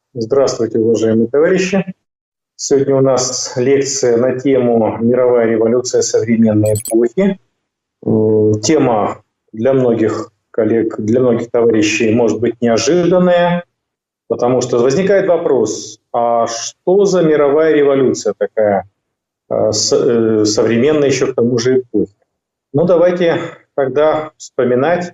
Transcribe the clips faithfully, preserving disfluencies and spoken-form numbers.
Здравствуйте, уважаемые товарищи. Сегодня у нас лекция на тему «Мировая революция современной эпохи». Тема для многих коллег, для многих товарищей может быть неожиданная, потому что возникает вопрос, а что за мировая революция такая современная еще к тому же эпохи? Ну, давайте тогда вспоминать,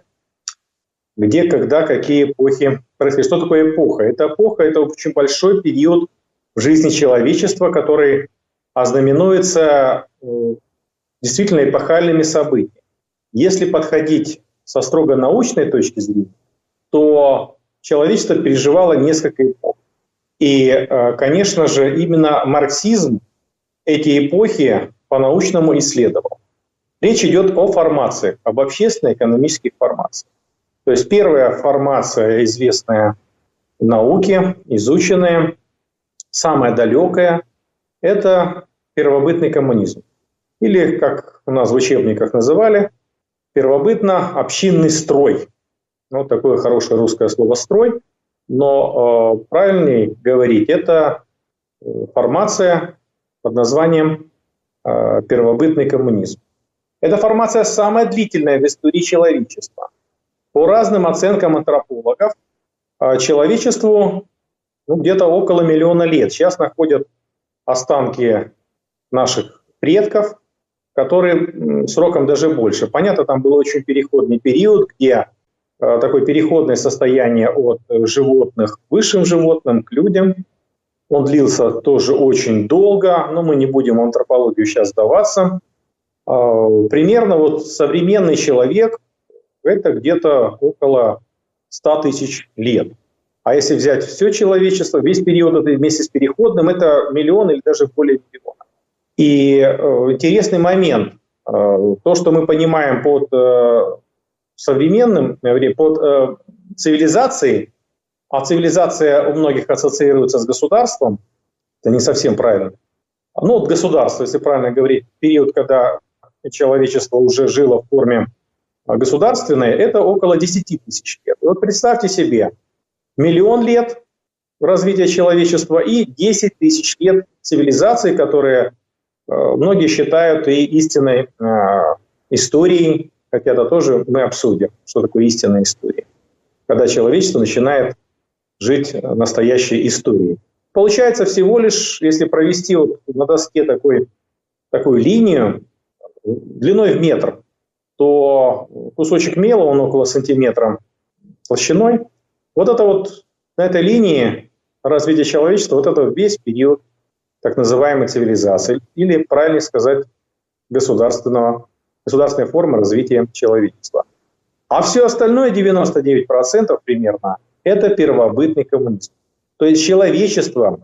где, когда, какие эпохи происходили. Что такое эпоха? Это эпоха – это очень большой период в жизни человечества, который ознаменуется действительно эпохальными событиями. Если подходить со строго научной точки зрения, то человечество переживало несколько эпох. И, конечно же, именно марксизм эти эпохи по-научному исследовал. Речь идет о формациях, об общественно-экономических формациях. То есть первая формация, известная в науке, изученная, самая далекая, это первобытный коммунизм. Или, как у нас в учебниках называли, первобытно-общинный строй. Вот такое хорошее русское слово «строй». Но э, правильнее говорить, это формация под названием э, первобытный коммунизм. Эта формация самая длительная в истории человечества. По разным оценкам антропологов, человечеству ну, где-то около миллиона лет. Сейчас находят останки наших предков, которые сроком даже больше. Понятно, там был очень переходный период, где такое переходное состояние от животных к высшим животным, к людям. Он длился тоже очень долго, но мы не будем в антропологию сейчас сдаваться. Примерно вот современный человек это где-то около ста тысяч лет. А если взять все человечество, весь период вместе с переходным, это миллион или даже более миллиона. И э, интересный момент. Э, то, что мы понимаем под э, современным, под э, цивилизацией, а цивилизация у многих ассоциируется с государством, это не совсем правильно. Ну, вот государство, если правильно говорить, период, когда человечество уже жило в форме государственное, это около десяти тысяч лет. И вот представьте себе, миллион лет развития человечества и десять тысяч лет цивилизации, которые э, многие считают и истинной э, историей, хотя это тоже мы обсудим, что такое истинная история, когда человечество начинает жить настоящей историей. Получается всего лишь, если провести вот на доске такой, такую линию длиной в метр, то кусочек мела, он около сантиметра толщиной, вот это вот на этой линии развития человечества, вот это весь период так называемой цивилизации, или, правильно сказать, государственного, государственной формы развития человечества. А все остальное, девяносто девять процентов примерно, это первобытный коммунизм. То есть человечество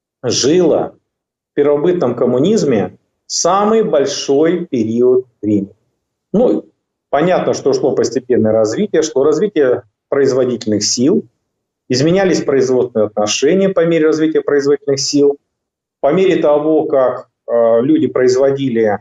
жило в первобытном коммунизме самый большой период времени. Ну, понятно, что шло постепенное развитие, шло развитие производительных сил, изменялись производственные отношения по мере развития производительных сил, по мере того, как э, люди производили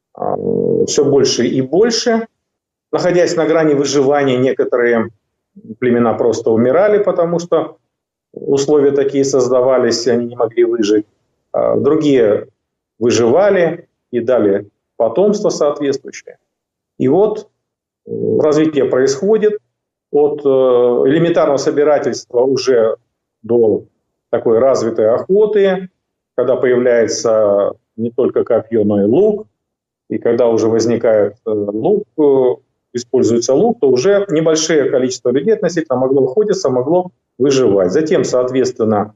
э, все больше и больше, находясь на грани выживания, некоторые племена просто умирали, потому что условия такие создавались, они не могли выжить, э, другие выживали и дали потомство соответствующее. И вот развитие происходит от элементарного собирательства уже до такой развитой охоты, когда появляется не только копье, но и лук. И когда уже возникает лук, используется лук, то уже небольшое количество людей относительно могло охотиться, могло выживать. Затем, соответственно,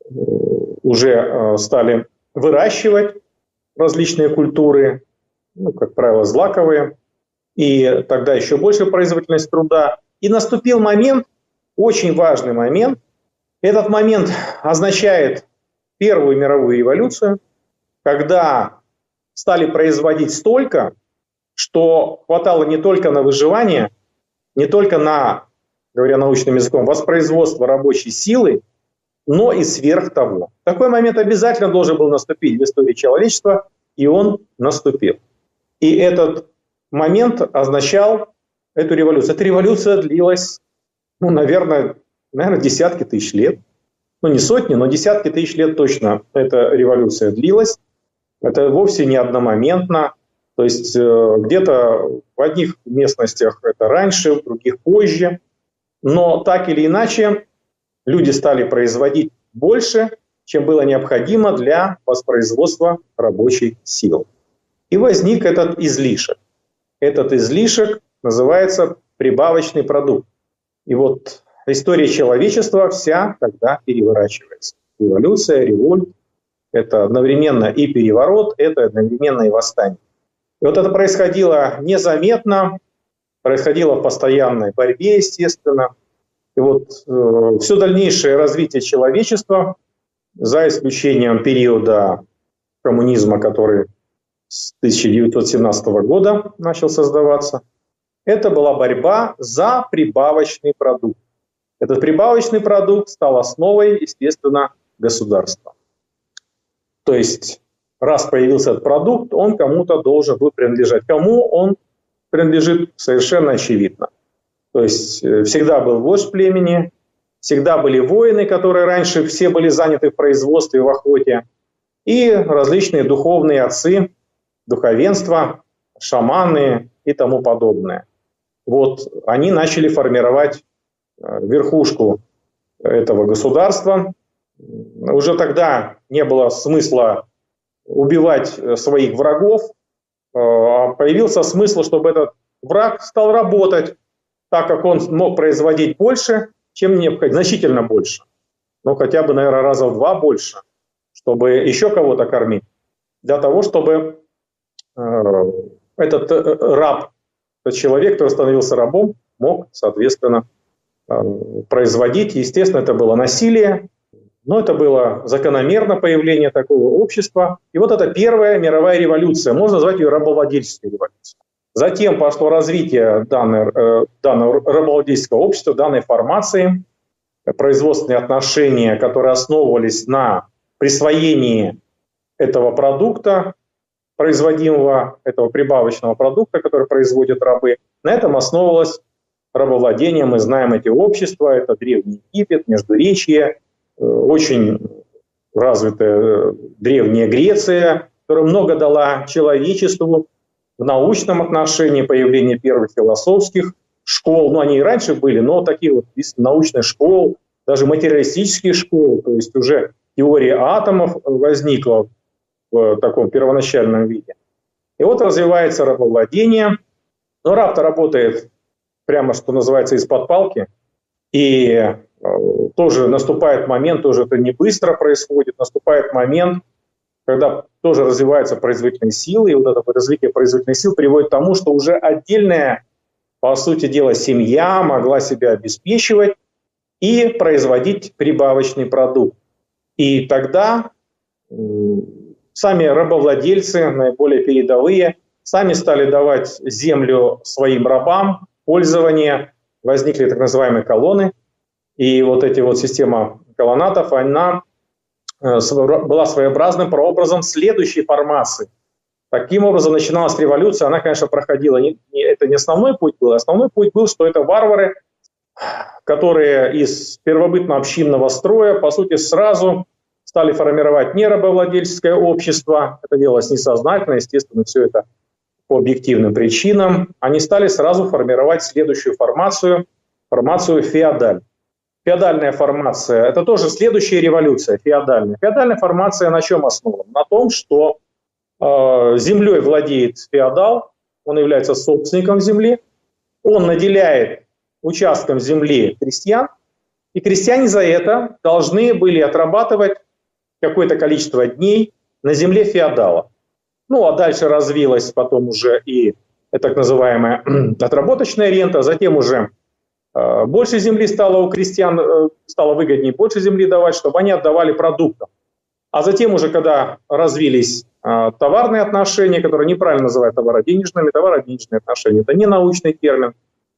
уже стали выращивать различные культуры, ну, как правило, злаковые, и тогда еще больше производительность труда. И наступил момент, очень важный момент. Этот момент означает Первую мировую революцию, когда стали производить столько, что хватало не только на выживание, не только на, говоря научным языком, воспроизводство рабочей силы, но и сверх того. Такой момент обязательно должен был наступить в истории человечества, и он наступил. И этот момент означал эту революцию. Эта революция длилась, ну, наверное, наверное, десятки тысяч лет. ну не сотни, но десятки тысяч лет точно эта революция длилась. Это вовсе не одномоментно. То есть э, где-то в одних местностях это раньше, в других позже. Но так или иначе люди стали производить больше, чем было необходимо для воспроизводства рабочей силы. И возник этот излишек. Этот излишек называется прибавочный продукт. И вот история человечества вся тогда переворачивается. Революция, револьт – это одновременно и переворот, это одновременно и восстание. И вот это происходило незаметно, происходило в постоянной борьбе, естественно. И вот э, все дальнейшее развитие человечества, за исключением периода коммунизма, который с тысяча девятьсот семнадцатого года начал создаваться, это была борьба за прибавочный продукт. Этот прибавочный продукт стал основой, естественно, государства. То есть, раз появился этот продукт, он кому-то должен был принадлежать. Кому он принадлежит, совершенно очевидно. То есть, всегда был вождь племени, всегда были воины, которые раньше все были заняты в производстве, в охоте, и различные духовные отцы, духовенство, шаманы и тому подобное. Вот они начали формировать верхушку этого государства. Уже тогда не было смысла убивать своих врагов, а появился смысл, чтобы этот враг стал работать, так как он мог производить больше, чем необходимо, значительно больше. Ну, хотя бы, наверное, раза в два больше, чтобы еще кого-то кормить. Для того, чтобы э, этот э, раб, этот человек, который становился рабом, мог, соответственно, э, производить. Естественно, это было насилие, но это было закономерно появление такого общества. И вот это первая мировая революция, можно назвать ее рабовладельческой революцией. Затем пошло развитие данной, э, данного рабовладельческого общества, данной формации, производственные отношения, которые основывались на присвоении этого продукта, производимого, этого прибавочного продукта, который производят рабы. На этом основывалось рабовладение. Мы знаем эти общества, это Древний Египет, Междуречье, очень развитая Древняя Греция, которая много дала человечеству в научном отношении, появление первых философских школ. Ну, они и раньше были, но такие вот научных школ, даже материалистические школы, то есть уже теория атомов возникла в таком первоначальном виде. И вот развивается рабовладение. Но раб-то работает прямо, что называется, из-под палки. И э, тоже наступает момент, тоже это не быстро происходит, наступает момент, когда тоже развиваются производительные силы, и вот это развитие производительных сил приводит к тому, что уже отдельная, по сути дела, семья могла себя обеспечивать и производить прибавочный продукт. И тогда э, сами рабовладельцы, наиболее передовые, сами стали давать землю своим рабам в пользование, возникли так называемые колонны, и вот эти вот система колоннатов, она была своеобразным прообразом следующей формации. Таким образом начиналась революция, она, конечно, проходила, не, не, это не основной путь был, основной путь был, что это варвары, которые из первобытно-общинного строя, по сути, сразу стали формировать не рабовладельческое общество, это делалось несознательно, естественно, все это по объективным причинам, они стали сразу формировать следующую формацию, формацию феодаль. Феодальная формация – это тоже следующая революция, феодальная. Феодальная формация на чем основана? На том, что э, землей владеет феодал, он является собственником земли, он наделяет участком земли крестьян, и крестьяне за это должны были отрабатывать какое-то количество дней на земле феодала. Ну, а дальше развилась потом уже и так называемая отработочная рента, затем уже э, больше земли стало у крестьян, э, стало выгоднее больше земли давать, чтобы они отдавали продуктам. А затем уже, когда развились э, товарные отношения, которые неправильно называют товароденежными, товароденежные отношения, это не научный термин,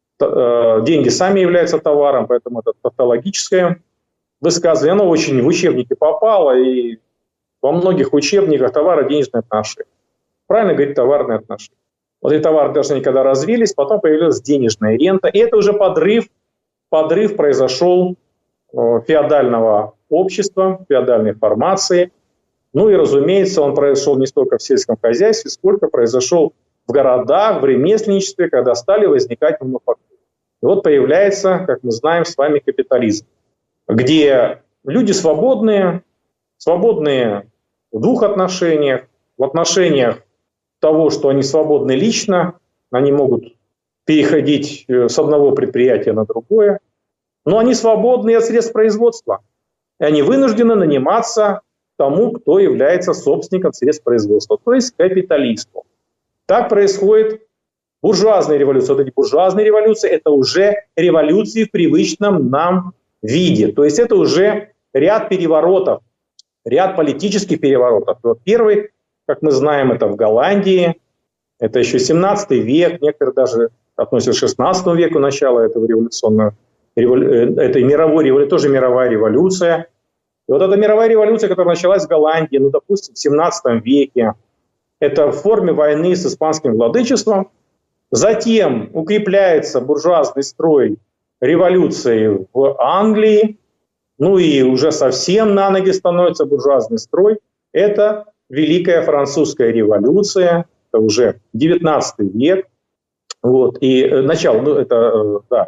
э, деньги сами являются товаром, поэтому это тавтологическое высказывание, оно очень в учебники попало, и во многих учебниках товаро-денежные отношения. Правильно говорить товарные отношения. Вот эти товарные отношения, когда развились, потом появилась денежная рента. И это уже подрыв, подрыв произошел э, феодального общества, феодальной формации. Ну и, разумеется, он произошел не столько в сельском хозяйстве, сколько произошел в городах, в ремесленничестве, когда стали возникать мануфактуры. И вот появляется, как мы знаем с вами, капитализм, где люди свободные, свободные в двух отношениях. В отношениях того, что они свободны лично, они могут переходить с одного предприятия на другое, но они свободны от средств производства. И они вынуждены наниматься тому, кто является собственником средств производства, то есть капиталисту. Так происходит буржуазная революция. Вот эти буржуазные революции – это уже революции в привычном нам виде. То есть это уже ряд переворотов, ряд политических переворотов. Вот первый, как мы знаем, это в Голландии, это еще семнадцатый век, некоторые даже относятся к шестнадцатому веку начала этого революционного, этой мировой революции, тоже мировая революция. И вот эта мировая революция, которая началась в Голландии, ну, допустим, в семнадцатом веке, это в форме войны с испанским владычеством. Затем укрепляется буржуазный строй революции в Англии, ну и уже совсем на ноги становится буржуазный строй. Это Великая Французская революция, это уже девятнадцатый век. Вот, и начало, ну, это, да,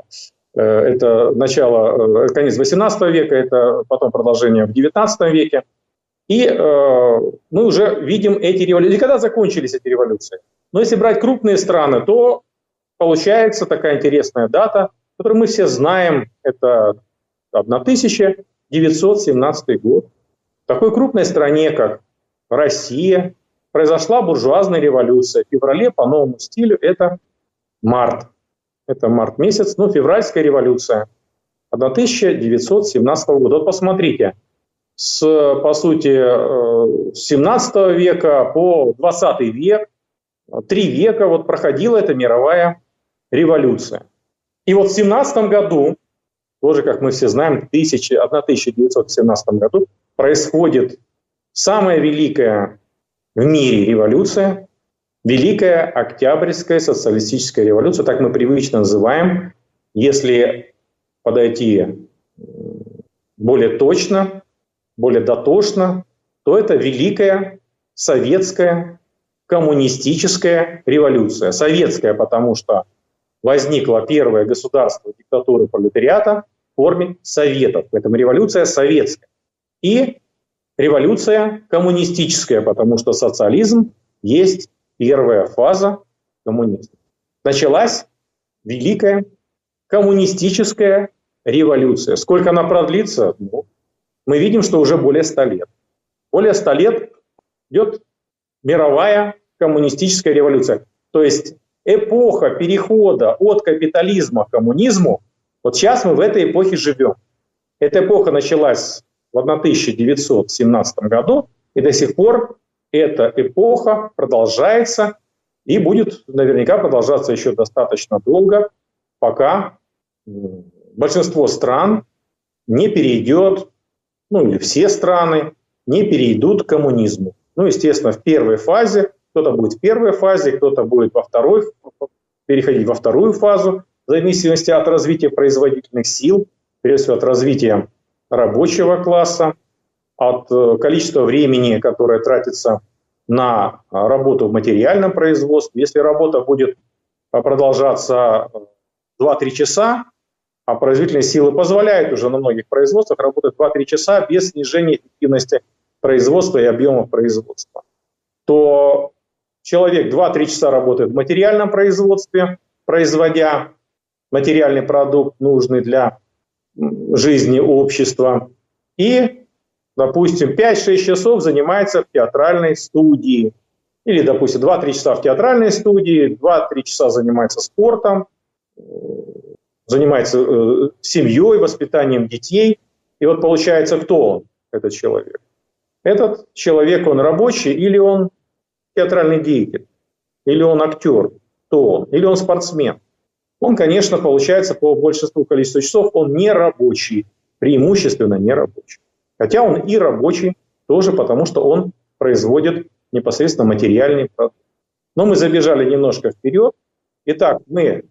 это начало, конец восемнадцатого века, это потом продолжение в девятнадцатом веке. И э, мы уже видим эти революции. И когда закончились эти революции? Но если брать крупные страны, то получается такая интересная дата, которую мы все знаем, это тысяча девятьсот семнадцатый год. В такой крупной стране, как Россия, произошла буржуазная революция. В феврале по новому стилю это март. Это март месяц, ну, февральская революция тысяча девятьсот семнадцатого года. Вот посмотрите, с, по сути, с семнадцатого века по двадцатый век, три века вот проходила эта мировая революция. И вот в семнадцатом году, тоже, как мы все знаем, в тысяча девятьсот семнадцатом году происходит самая великая в мире революция, Великая Октябрьская социалистическая революция, так мы привычно называем, если подойти более точно, более дотошно, то это Великая Советская коммунистическая революция. Советская, потому что возникло первое государство диктатуры пролетариата в форме советов. Поэтому революция советская. И революция коммунистическая, потому что социализм есть первая фаза коммунизма. Началась Великая коммунистическая революция. Сколько она продлится? Ну, мы видим, что уже более ста лет. Более ста лет идет мировая коммунистическая революция. То есть эпоха перехода от капитализма к коммунизму, вот сейчас мы в этой эпохе живем. Эта эпоха началась в тысяча девятьсот семнадцатом году, и до сих пор эта эпоха продолжается и будет наверняка продолжаться еще достаточно долго, пока большинство стран не перейдет, ну или все страны не перейдут к коммунизму. Ну, естественно, в первой фазе, кто-то будет в первой фазе, кто-то будет во второй, переходить во вторую фазу, в зависимости от развития производительных сил, прежде всего от развития рабочего класса, от количества времени, которое тратится на работу в материальном производстве. Если работа будет продолжаться два-три часа, а производительные силы позволяют уже на многих производствах работать два-три часа без снижения эффективности производства и объемов производства, то человек два-три часа работает в материальном производстве, производя материальный продукт, нужный для жизни общества, и, допустим, пять-шесть часов занимается в театральной студии. Или, допустим, два-три часа в театральной студии, два-три часа занимается спортом, занимается э, семьей, воспитанием детей. И вот получается, кто он, этот человек? Этот человек, он рабочий или он театральный деятель? Или он актер? Кто он? Или он спортсмен? Он, конечно, получается по большинству количества часов, он не рабочий, преимущественно не рабочий. Хотя он и рабочий тоже, потому что он производит непосредственно материальный продукт. Но мы забежали немножко вперед. Итак, мы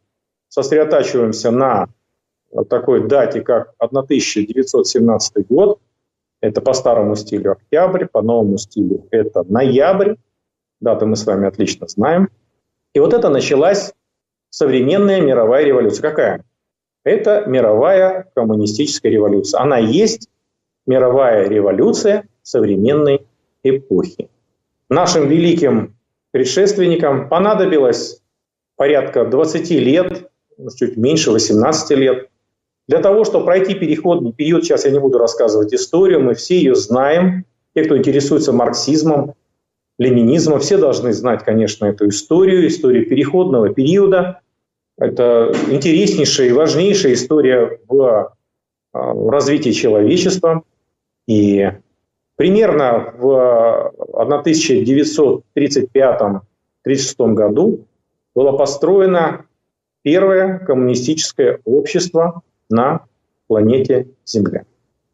сосредотачиваемся на такой дате, как тысяча девятьсот семнадцатый год. Это по старому стилю октябрь, по новому стилю это ноябрь. Даты мы с вами отлично знаем. И вот это началась современная мировая революция. Какая? Это мировая коммунистическая революция. Она есть мировая революция современной эпохи. Нашим великим предшественникам понадобилось порядка двадцати лет, чуть меньше восемнадцати лет, для того, чтобы пройти переходный период. Сейчас я не буду рассказывать историю, мы все ее знаем. Те, кто интересуется марксизмом, ленинизмом, все должны знать, конечно, эту историю, историю переходного периода. Это интереснейшая и важнейшая история в, в развитии человечества. И примерно в тысяча девятьсот тридцать пятом — тридцать шестом году было построено первое коммунистическое общество на планете Земля.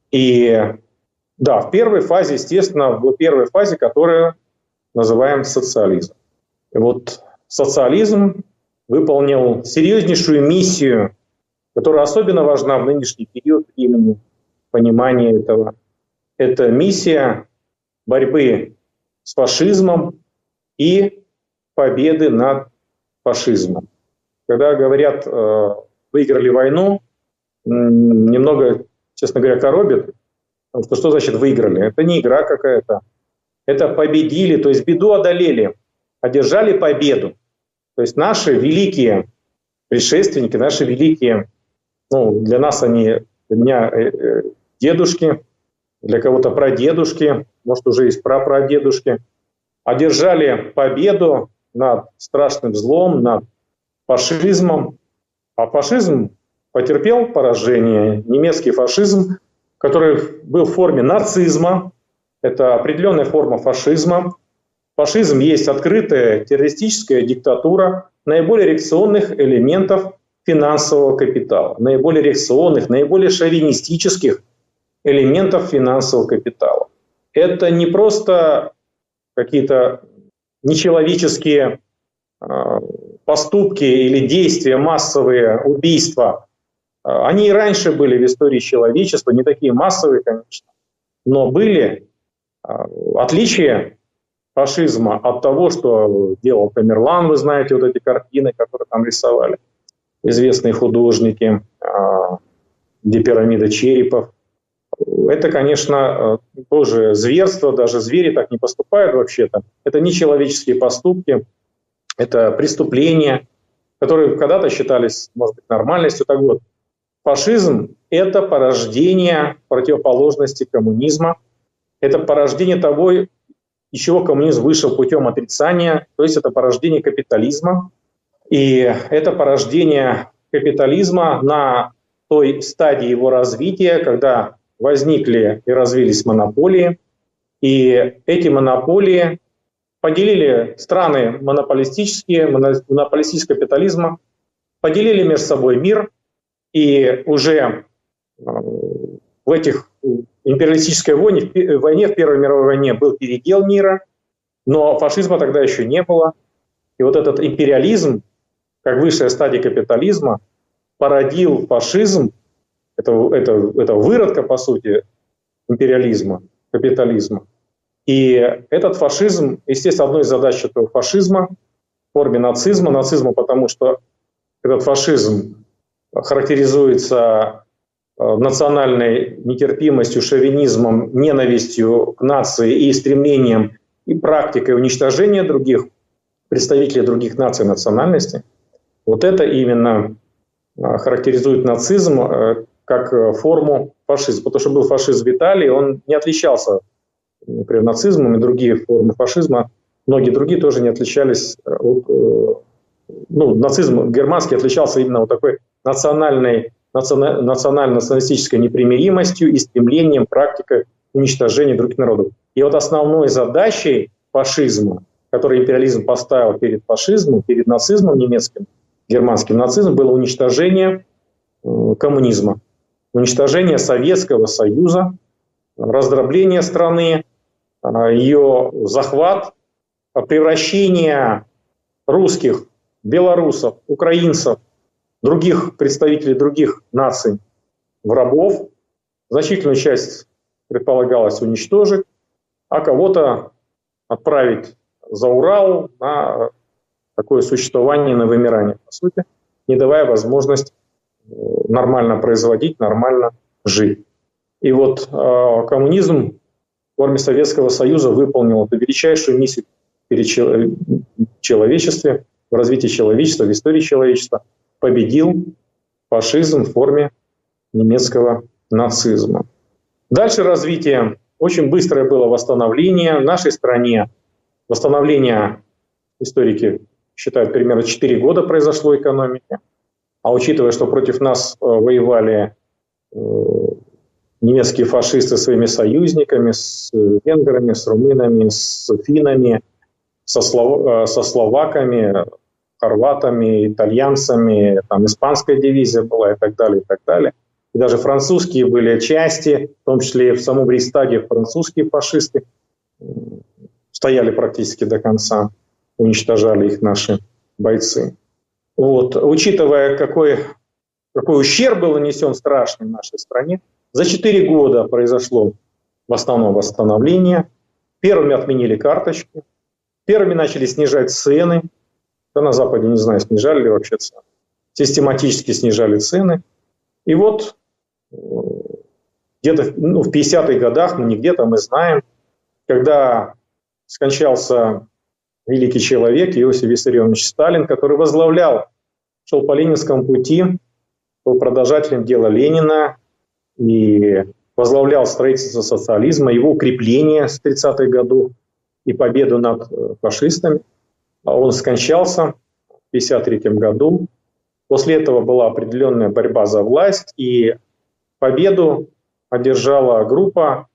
И да, в первой фазе, естественно, в первой фазе, которую называем социализм. И вот социализм выполнил серьезнейшую миссию, которая особенно важна в нынешний период времени понимания этого. Это миссия борьбы с фашизмом и победы над фашизмом. Когда говорят, выиграли войну, немного, честно говоря, коробит. Потому что что значит выиграли? Это не игра какая-то. Это победили, то есть беду одолели, одержали победу. То есть наши великие предшественники, наши великие, ну, для нас они, для меня э, дедушки, для кого-то прадедушки, может, уже есть прапрадедушки, одержали победу над страшным злом, над фашизмом. А фашизм потерпел поражение. Немецкий фашизм, который был в форме нацизма, это определенная форма фашизма. Фашизм есть открытая террористическая диктатура наиболее реакционных элементов финансового капитала, наиболее реакционных, наиболее шовинистических элементов финансового капитала. Это не просто какие-то нечеловеческие э, поступки или действия, массовые убийства. Они и раньше были в истории человечества, не такие массовые, конечно, но были. Отличие фашизма от того, что делал Тамерлан, вы знаете, вот эти картины, которые там рисовали известные художники, где пирамида черепов. Это, конечно, тоже зверство, даже звери так не поступают вообще-то. Это не человеческие поступки, это преступления, которые когда-то считались, может быть, нормальностью. Так вот, фашизм – это порождение противоположности коммунизма, это порождение того, из чего коммунизм вышел путем отрицания, то есть это порождение капитализма. И это порождение капитализма на той стадии его развития, когда возникли и развились монополии. И эти монополии поделили страны монополистические, монополистического капитализма, поделили между собой мир. И уже в этих империалистической войне, в войне, в Первой мировой войне был передел мира, но фашизма тогда еще не было. И вот этот империализм, как высшая стадия капитализма, породил фашизм, это, это, это выродка, по сути, империализма, капитализма. И этот фашизм, естественно, одной из задач этого фашизма в форме нацизма, нацизма, потому что этот фашизм характеризуется национальной нетерпимостью, шовинизмом, ненавистью к нации и стремлением и практикой уничтожения других представителей других наций и национальностей. Вот это именно характеризует нацизм как форму фашизма. Потому что был фашизм в Италии, он не отличался, например, нацизмом, и другие формы фашизма, многие другие тоже не отличались от... Ну, нацизм германский отличался именно вот такой национальной национально-националистической непримиримостью и стремлением, практикой уничтожения других народов. И вот основной задачей фашизма, которую империализм поставил перед фашизмом, перед нацизмом немецким, германским нацизмом, было уничтожение коммунизма, уничтожение Советского Союза, раздробление страны, ее захват, превращение русских, белорусов, украинцев, других представителей других наций в рабов. Значительную часть предполагалось уничтожить, а кого-то отправить за Урал на такое существование, на вымирание, по сути, не давая возможность нормально производить, нормально жить. И вот э, коммунизм в форме Советского Союза выполнил эту величайшую миссию перед человечеством, в развитии человечества, в истории человечества, победил фашизм в форме немецкого нацизма. Дальше развитие. Очень быстрое было восстановление в нашей стране. Восстановление, историки считают, примерно четыре года произошло экономики. А учитывая, что против нас воевали немецкие фашисты своими союзниками, с венграми, с румынами, с финнами, со, слов... со словаками, хорватами, итальянцами, там испанская дивизия была и так далее, и так далее. И даже французские были части, в том числе и в самом Рейхстаге французские фашисты стояли практически до конца, уничтожали их наши бойцы. Вот. Учитывая, какой, какой ущерб был нанесен страшный в нашей стране, за четыре года произошло в основном восстановление. Первыми отменили карточки, первыми начали снижать цены. Да на Западе, не знаю, снижали ли вообще цены. Систематически снижали цены. И вот где-то ну, в пятидесятых годах, ну не где-то, мы знаем, когда скончался великий человек Иосиф Виссарионович Сталин, который возглавлял, шел по ленинскому пути, был продолжателем дела Ленина и возглавлял строительство социализма, его укрепление с тридцатых годов и победу над фашистами. Он скончался в пятьдесят третьем году. После этого была определенная борьба за власть, и победу одержала группа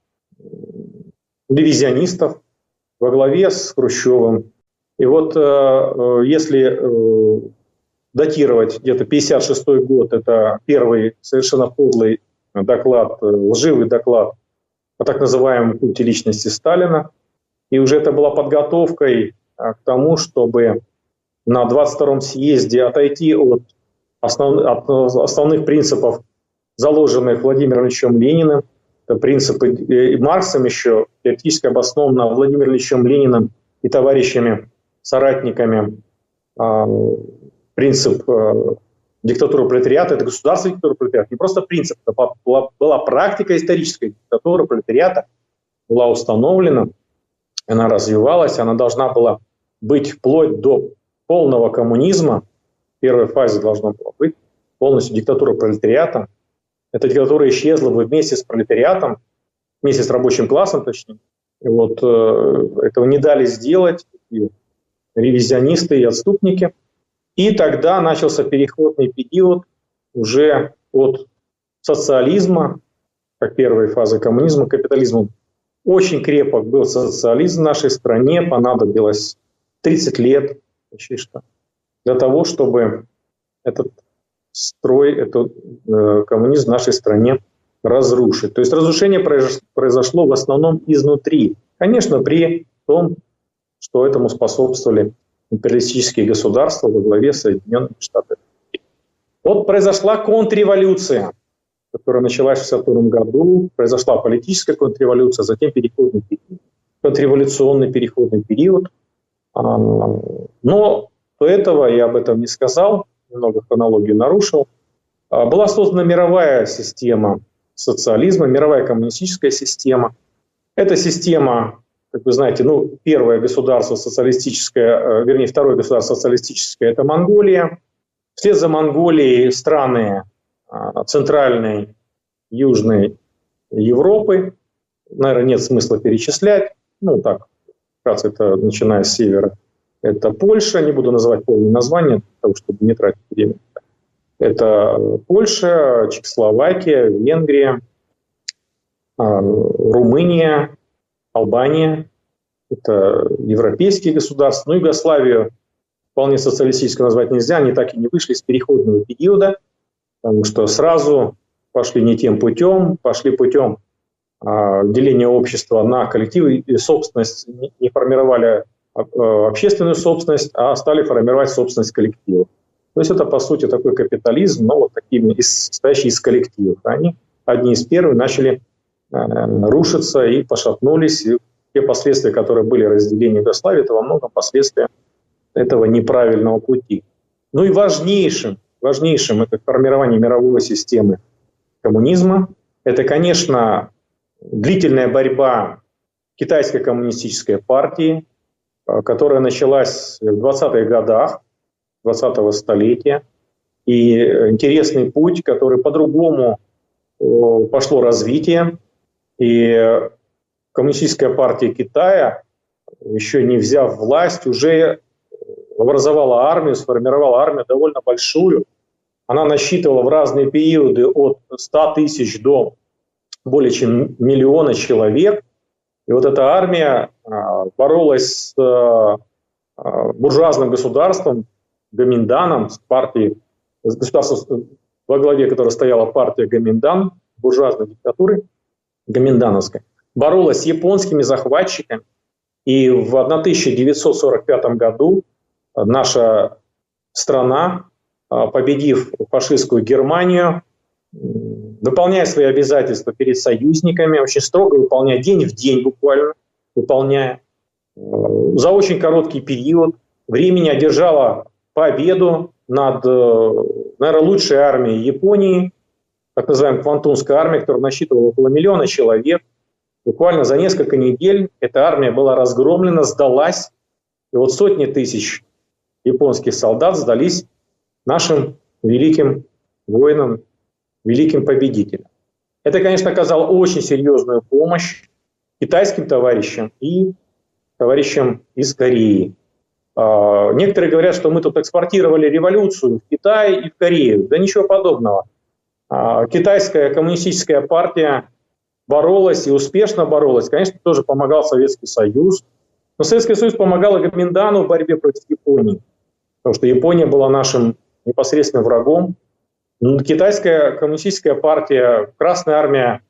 ревизионистов во главе с Хрущевым. И вот э, если э, датировать где-то пятьдесят шестой год, это первый совершенно подлый доклад, э, лживый доклад о так называемом культе личности Сталина. И уже это была подготовкой э, к тому, чтобы на двадцать втором съезде отойти от, основ, от основных принципов, заложенных Владимиром Ильичем Лениным. Это принципы и Марксом еще, теоретически обоснованно Владимиром Ильичем Лениным и товарищами, соратниками. Принцип диктатуры пролетариата – это государство диктатуры пролетариата. Не просто принцип, это была, была практика историческая. Диктатура пролетариата была установлена, она развивалась, она должна была быть вплоть до полного коммунизма. В первой фазе должна была быть полностью диктатура пролетариата. Эта диктатура исчезла бы вместе с пролетариатом, вместе с рабочим классом, точнее. И вот э, этого не дали сделать и ревизионисты и отступники. И тогда начался переходный период уже от социализма, как первой фазы коммунизма, к капитализму. Очень крепок был социализм в нашей стране, понадобилось тридцать лет почти что, для того, чтобы этот строй, этот э, коммунизм в нашей стране разрушить. То есть разрушение произошло в основном изнутри. Конечно, при том, что этому способствовали империалистические государства во главе Соединенных Штатов. Вот произошла контрреволюция, которая началась в шестьдесят втором году. Произошла политическая контрреволюция, затем переходный период, контрреволюционный переходный период. Но до этого, я об этом не сказал, немного хронологию нарушил, была создана мировая система социализма, мировая коммунистическая система. Эта система, как вы знаете, ну, первое государство социалистическое, вернее, второе государство социалистическое – это Монголия. Вслед за Монголией страны Центральной, Южной Европы. Наверное, нет смысла перечислять. Ну, так, вкратце, это начиная с севера. Это Польша, не буду называть полное название, для того, чтобы не тратить время. Это Польша, Чехословакия, Венгрия, Румыния, Албания. Это европейские государства. Ну, Югославию вполне социалистической назвать нельзя. Они так и не вышли из переходного периода, потому что сразу пошли не тем путем, пошли путем а, деления общества на коллективы и собственность, не, не формировали а, общественную собственность, а стали формировать собственность коллективов. То есть это, по сути, такой капитализм, но вот такими, состоящий из коллективов. Они одни из первых начали рушатся и пошатнулись. И те последствия, которые были разделения Югославии, это во многом последствия этого неправильного пути. Ну и важнейшим, важнейшим это формирование мировой системы коммунизма. Это, конечно, длительная борьба китайской коммунистической партии, которая началась в двадцатых годах двадцатого столетия. И интересный путь, который по-другому пошло развитие. И Коммунистическая партия Китая, еще не взяв власть, уже образовала армию, сформировала армию довольно большую. Она насчитывала в разные периоды от ста тысяч до более чем миллиона человек. И вот эта армия боролась с буржуазным государством, Гоминданом, с партией, с государством, во главе которой стояла партия Гоминдан, буржуазной диктатуры гоминдановской, боролась с японскими захватчиками. И в тысяча девятьсот сорок пятом году наша страна, победив фашистскую Германию, выполняя свои обязательства перед союзниками, очень строго выполняя, день в день буквально, выполняя, за очень короткий период времени одержала победу над, наверное, лучшей армией Японии, так называемой Квантунской армией, которая насчитывала около миллиона человек. Буквально за несколько недель эта армия была разгромлена, сдалась. И вот сотни тысяч японских солдат сдались нашим великим воинам, великим победителям. Это, конечно, оказало очень серьезную помощь китайским товарищам и товарищам из Кореи. Некоторые говорят, что мы тут экспортировали революцию в Китай и в Корею. Да ничего подобного. Китайская коммунистическая партия боролась и успешно боролась. Конечно, тоже помогал Советский Союз. Но Советский Союз помогал и Гоминдану в борьбе против Японии. Потому что Япония была нашим непосредственным врагом. Но Китайская коммунистическая партия, Красная армия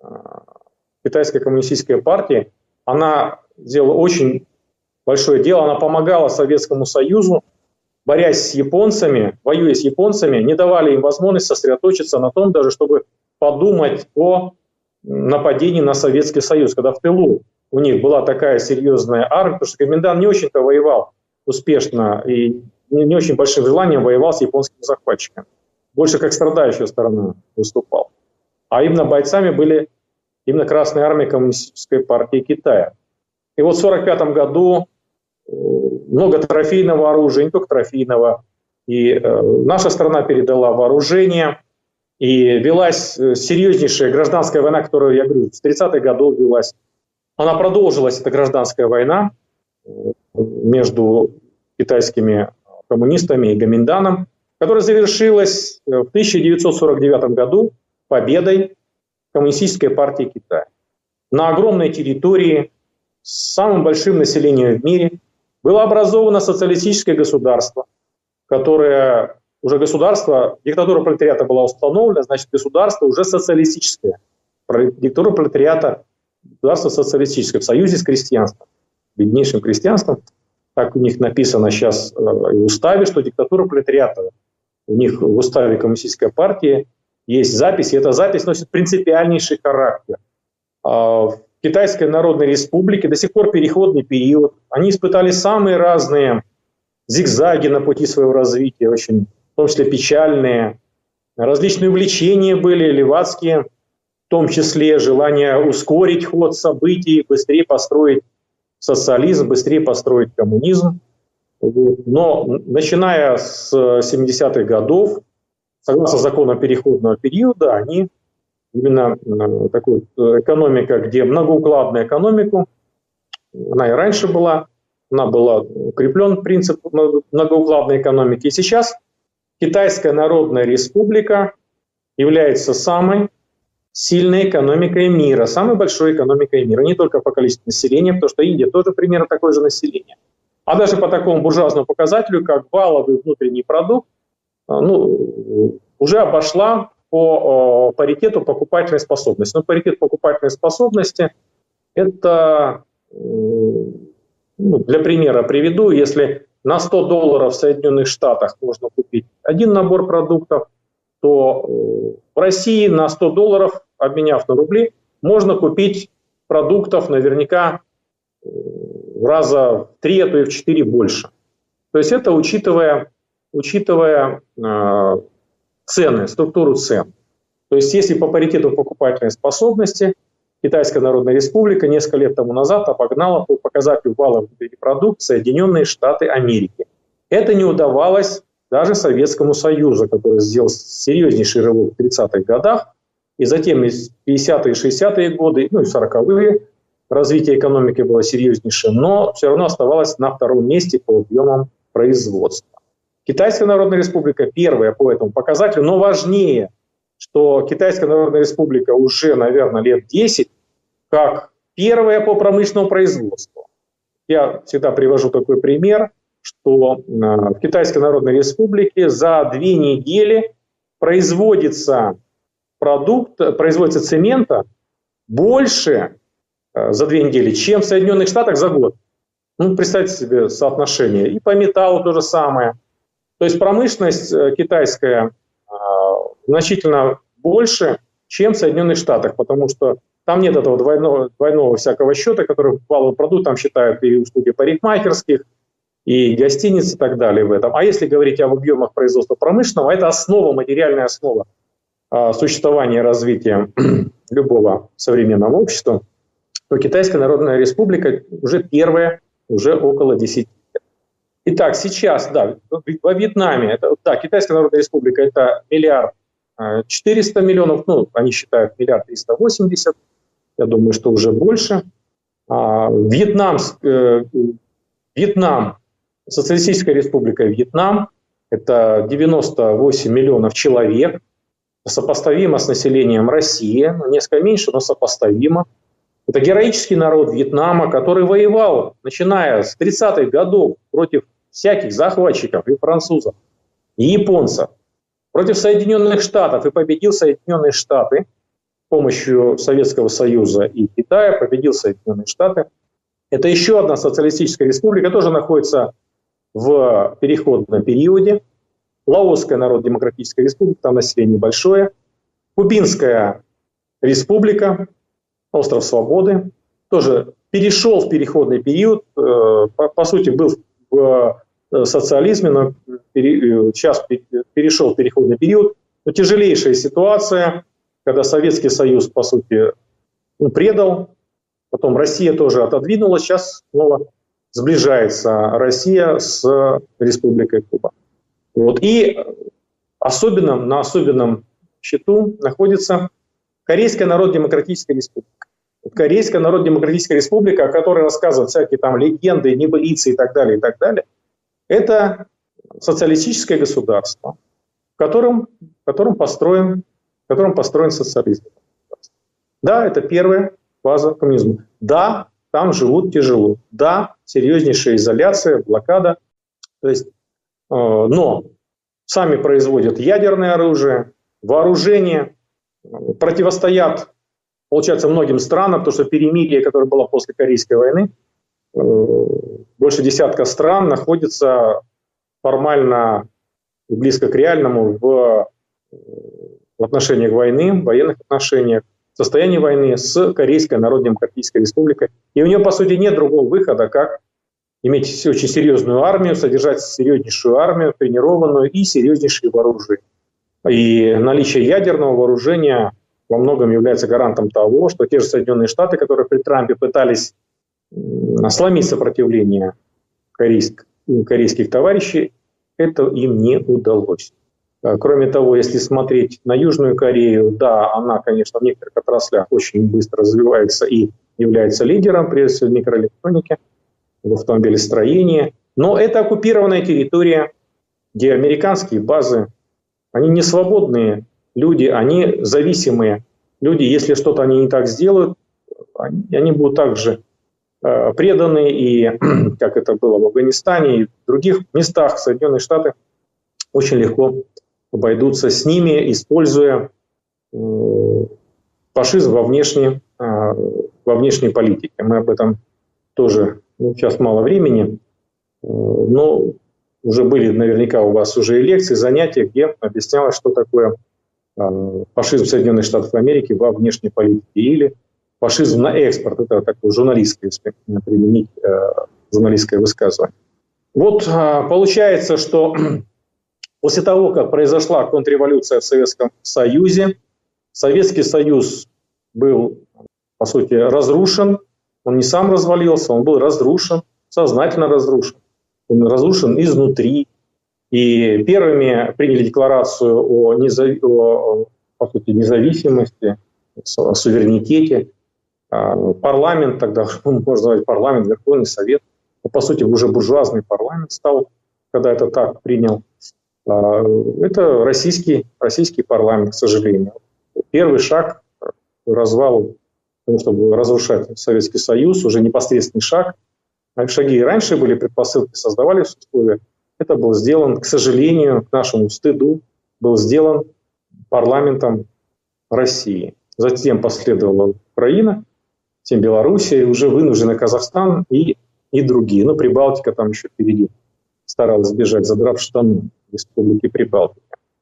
Китайской коммунистической партии, она сделала очень большое дело. Она помогала Советскому Союзу, борясь с японцами, воюя с японцами, не давали им возможность сосредоточиться на том даже, чтобы подумать о нападении на Советский Союз, когда в тылу у них была такая серьезная армия, потому что Гоминдан не очень-то воевал успешно и не очень большим желанием воевал с японскими захватчиками. Больше как страдающая сторона выступал. А именно бойцами были именно Красная армия Коммунистической партии Китая. И вот в сорок пятом году много трофейного оружия, не только трофейного, и э, наша страна передала вооружение, и велась серьезнейшая гражданская война, которую, я говорю, с тридцатых годов велась. Она продолжилась, эта гражданская война, между китайскими коммунистами и Гоминданом, которая завершилась в тысяча девятьсот сорок девятом году победой Коммунистической партии Китая. На огромной территории с самым большим населением в мире было образовано социалистическое государство, которое уже государство, диктатура пролетариата была установлена, значит, государство уже социалистическое. Диктатура пролетариата, государство социалистическое, в союзе с крестьянством, беднейшим крестьянством. Так у них написано сейчас в уставе, что диктатура пролетариата. У них в уставе Коммунистической партии есть запись, и эта запись носит принципиальнейший характер. В Китайской Народной Республике до сих пор переходный период. Они испытали самые разные зигзаги на пути своего развития, очень, в том числе печальные. Различные увлечения были, левацкие, в том числе желание ускорить ход событий, быстрее построить социализм, быстрее построить коммунизм. Но начиная с семидесятых годов, согласно законам переходного периода, они именно такой экономика, где многоукладная экономику, она и раньше была, она была укреплен принцип многоукладной экономики. И сейчас Китайская Народная Республика является самой сильной экономикой мира, самой большой экономикой мира. Не только по количеству населения, потому что Индия тоже примерно такое же население. А даже по такому буржуазному показателю, как валовый внутренний продукт, ну, уже обошла по о, паритету покупательной способности. Но паритет покупательной способности – это, ну, для примера приведу, если на сто долларов в Соединенных Штатах можно купить один набор продуктов, то в России на сто долларов, обменяв на рубли, можно купить продуктов наверняка в раза в три, а то и в четыре больше. То есть это учитывая, учитывая э, цены, структуру цен. То есть если по паритету покупательной способности Китайская Народная Республика несколько лет тому назад обогнала по показателю валового внутреннего продукта Соединенные Штаты Америки. Это не удавалось даже Советскому Союзу, который сделал серьезнейший рывок в тридцатых годах, и затем из пятидесятые и шестидесятые годы, ну и сороковые развитие экономики было серьезнейшее, но все равно оставалось на втором месте по объемам производства. Китайская Народная Республика первая по этому показателю, но важнее, что Китайская Народная Республика уже, наверное, лет десять, как первая по промышленному производству. Я всегда привожу такой пример, что в Китайской Народной Республике за две недели производится продукт, производится цемента больше за две недели, чем в Соединенных Штатах за год. Ну, представьте себе соотношение. И по металлу то же самое. То есть промышленность китайская значительно больше, чем в Соединенных Штатах, потому что там нет этого двойного, двойного всякого счета, который валовый продукт там считают и услуги парикмахерских, и гостиниц и так далее в этом. А если говорить об объемах производства промышленного, это основа, материальная основа существования и развития любого современного общества, то Китайская Народная Республика уже первая, уже около десяти лет. Итак, сейчас, да, во Вьетнаме, это, да, Китайская Народная Республика – это миллиард четыреста миллионов, ну, они считают миллиард триста восемьдесят, я думаю, что уже больше. А, Вьетнам, э, Вьетнам, Социалистическая Республика Вьетнам – это девяносто восемь миллионов человек, сопоставимо с населением России, ну, несколько меньше, но сопоставимо. Это героический народ Вьетнама, который воевал, начиная с тридцатых годов, против всяких захватчиков и французов, и японцев, против Соединенных Штатов, и победил Соединенные Штаты с помощью Советского Союза и Китая, победил Соединенные Штаты. Это еще одна социалистическая республика, тоже находится в переходном периоде. Лаосская Народно-демократическая республика, там население большое. Кубинская республика, остров Свободы, тоже перешел в переходный период, по, по сути был в социализме, но сейчас перешел в переходный период. Но тяжелейшая ситуация, когда Советский Союз, по сути, ну, предал, потом Россия тоже отодвинулась, сейчас снова сближается Россия с Республикой Куба. Вот. И особенным, на особенном счету находится Корейская Народно-демократическая республика. Корейская Народно-демократическая республика, о которой рассказывают всякие там легенды, небылицы и так далее, и так далее, это социалистическое государство, в котором, в котором, построен, в котором построен социализм. Да, это первая фаза коммунизма. Да, там живут тяжело. Да, серьезнейшая изоляция, блокада. То есть, э, но сами производят ядерное оружие, вооружение, противостоят, получается, многим странам, потому что перемирие, которое было после Корейской войны, больше десятка стран находится формально близко к реальному в, в отношениях войны, в военных отношениях, в состоянии войны с Корейской Народно-демократической республикой. И у нее, по сути, нет другого выхода, как иметь очень серьезную армию, содержать серьезнейшую армию, тренированную и серьезнейшие вооружения. И наличие ядерного вооружения во многом является гарантом того, что те же Соединенные Штаты, которые при Трампе пытались сломить сопротивление корейских, корейских товарищей, это им не удалось. Кроме того, если смотреть на Южную Корею, да, она, конечно, в некоторых отраслях очень быстро развивается и является лидером, прежде всего в микроэлектронике, в автомобилестроении. Но это оккупированная территория, где американские базы, они не свободные люди, они зависимые люди. Если что-то они не так сделают, они, они будут также э, преданы, и как это было в Афганистане и в других местах, Соединенные Штаты очень легко обойдутся с ними, используя э, фашизм во внешней, э, во внешней политике. Мы об этом тоже, ну, сейчас мало времени, э, но уже были наверняка у вас уже и лекции, занятия, где объяснялось, что такое э, фашизм Соединенных Штатов Америки во внешней политике или фашизм на экспорт. Это такое журналистское, если применить журналистское высказывание. Вот получается, что после того, как произошла контрреволюция в Советском Союзе, Советский Союз был, по сути, разрушен. Он не сам развалился, он был разрушен, сознательно разрушен. Он разрушен изнутри. И первыми приняли декларацию о, незав... о, по сути, независимости, о суверенитете. Парламент, тогда можно назвать парламент, Верховный Совет. По сути, уже буржуазный парламент стал, когда это так принял. Это российский, российский парламент, к сожалению. Первый шаг к развалу, потому чтобы разрушать Советский Союз, уже непосредственный шаг. Шаги и раньше были, предпосылки создавались условия. Это был сделан, к сожалению, к нашему стыду, был сделан парламентом России. Затем последовала Украина, затем Белоруссия, и уже вынуждены Казахстан и, и другие. Ну, Прибалтика там еще впереди старалась бежать, задрав штаны Республики Прибалтика.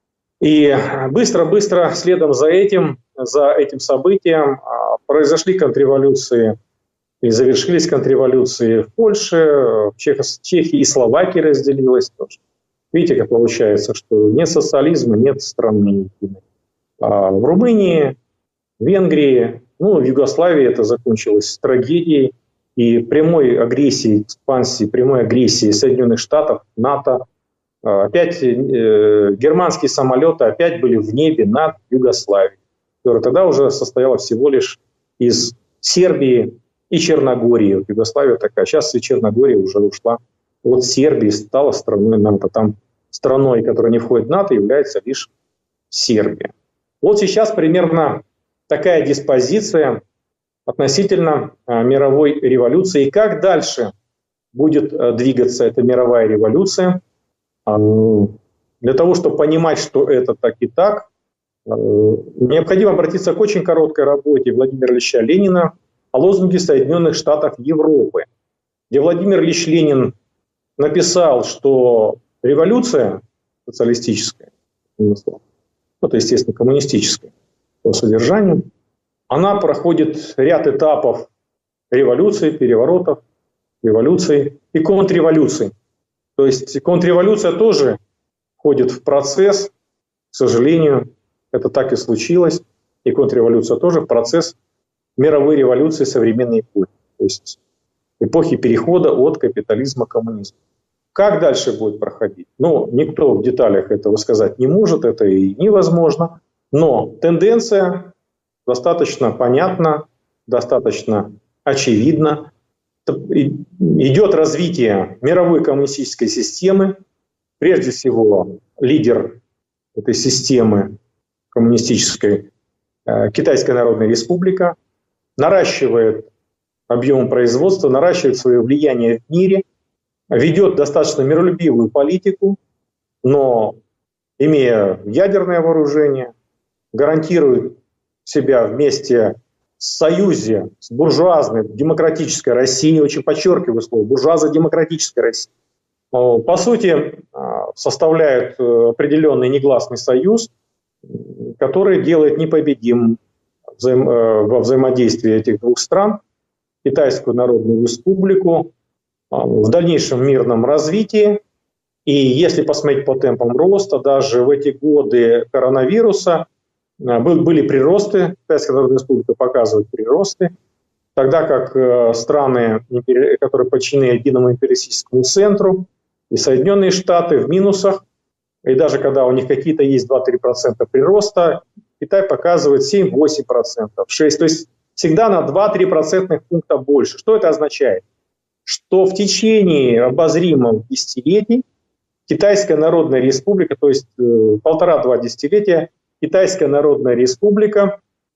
И быстро-быстро следом за этим, за этим событием произошли контрреволюции и завершились контрреволюции в Польше, в Чехии и Словакии разделилась тоже. Видите, как получается, что нет социализма, нет страны. А в Румынии, в Венгрии, ну, в Югославии это закончилось трагедией и прямой агрессией, экспансией, прямой агрессией Соединенных Штатов, НАТО. Опять э, германские самолеты опять были в небе над Югославией, которая тогда уже состояла всего лишь из Сербии и Черногории. Югославия такая. Сейчас и Черногория уже ушла от Сербии, стала страной НАТО. Там страной, которая не входит в НАТО, является лишь Сербия. Вот сейчас примерно такая диспозиция относительно а, мировой революции. И как дальше будет а, двигаться эта мировая революция? А, для того, чтобы понимать, что это так и так, а, необходимо обратиться к очень короткой работе Владимира Ильича Ленина о лозунге Соединенных Штатов Европы, где Владимир Ильич Ленин написал, что революция социалистическая, это, естественно, коммунистическая по содержанию, она проходит ряд этапов революции, переворотов, революций и контрреволюций. То есть контрреволюция тоже входит в процесс, к сожалению, это так и случилось, и контрреволюция тоже в процесс мировой революции современной эпохи, то есть эпохи перехода от капитализма к коммунизму. Как дальше будет проходить? Ну, никто в деталях этого сказать не может, это и невозможно, но тенденция достаточно понятна, достаточно очевидна. Идет развитие мировой коммунистической системы. Прежде всего, лидер этой системы коммунистической Китайская Народная Республика наращивает объем производства, наращивает свое влияние в мире, ведет достаточно миролюбивую политику, но, имея ядерное вооружение, гарантирует себя вместе в союзе с буржуазной демократической Россией, очень подчеркиваю слово, буржуазно-демократической Россией. По сути, составляет определенный негласный союз, который делает непобедимым взаим... во взаимодействии этих двух стран Китайскую Народную Республику в дальнейшем мирном развитии. И если посмотреть по темпам роста, даже в эти годы коронавируса были приросты, Китайская Народная Республика показывает приросты, тогда как страны, которые подчинены единому империалистическому центру, и Соединенные Штаты в минусах, и даже когда у них какие-то есть два-три процента прироста, Китай показывает семь-восемь процентов, шесть процентов. То есть всегда на два-три процентных пункта больше. Что это означает? Что в течение обозримых десятилетий Китайская Народная Республика, то есть э, полтора-два десятилетия, Китайская Народная Республика,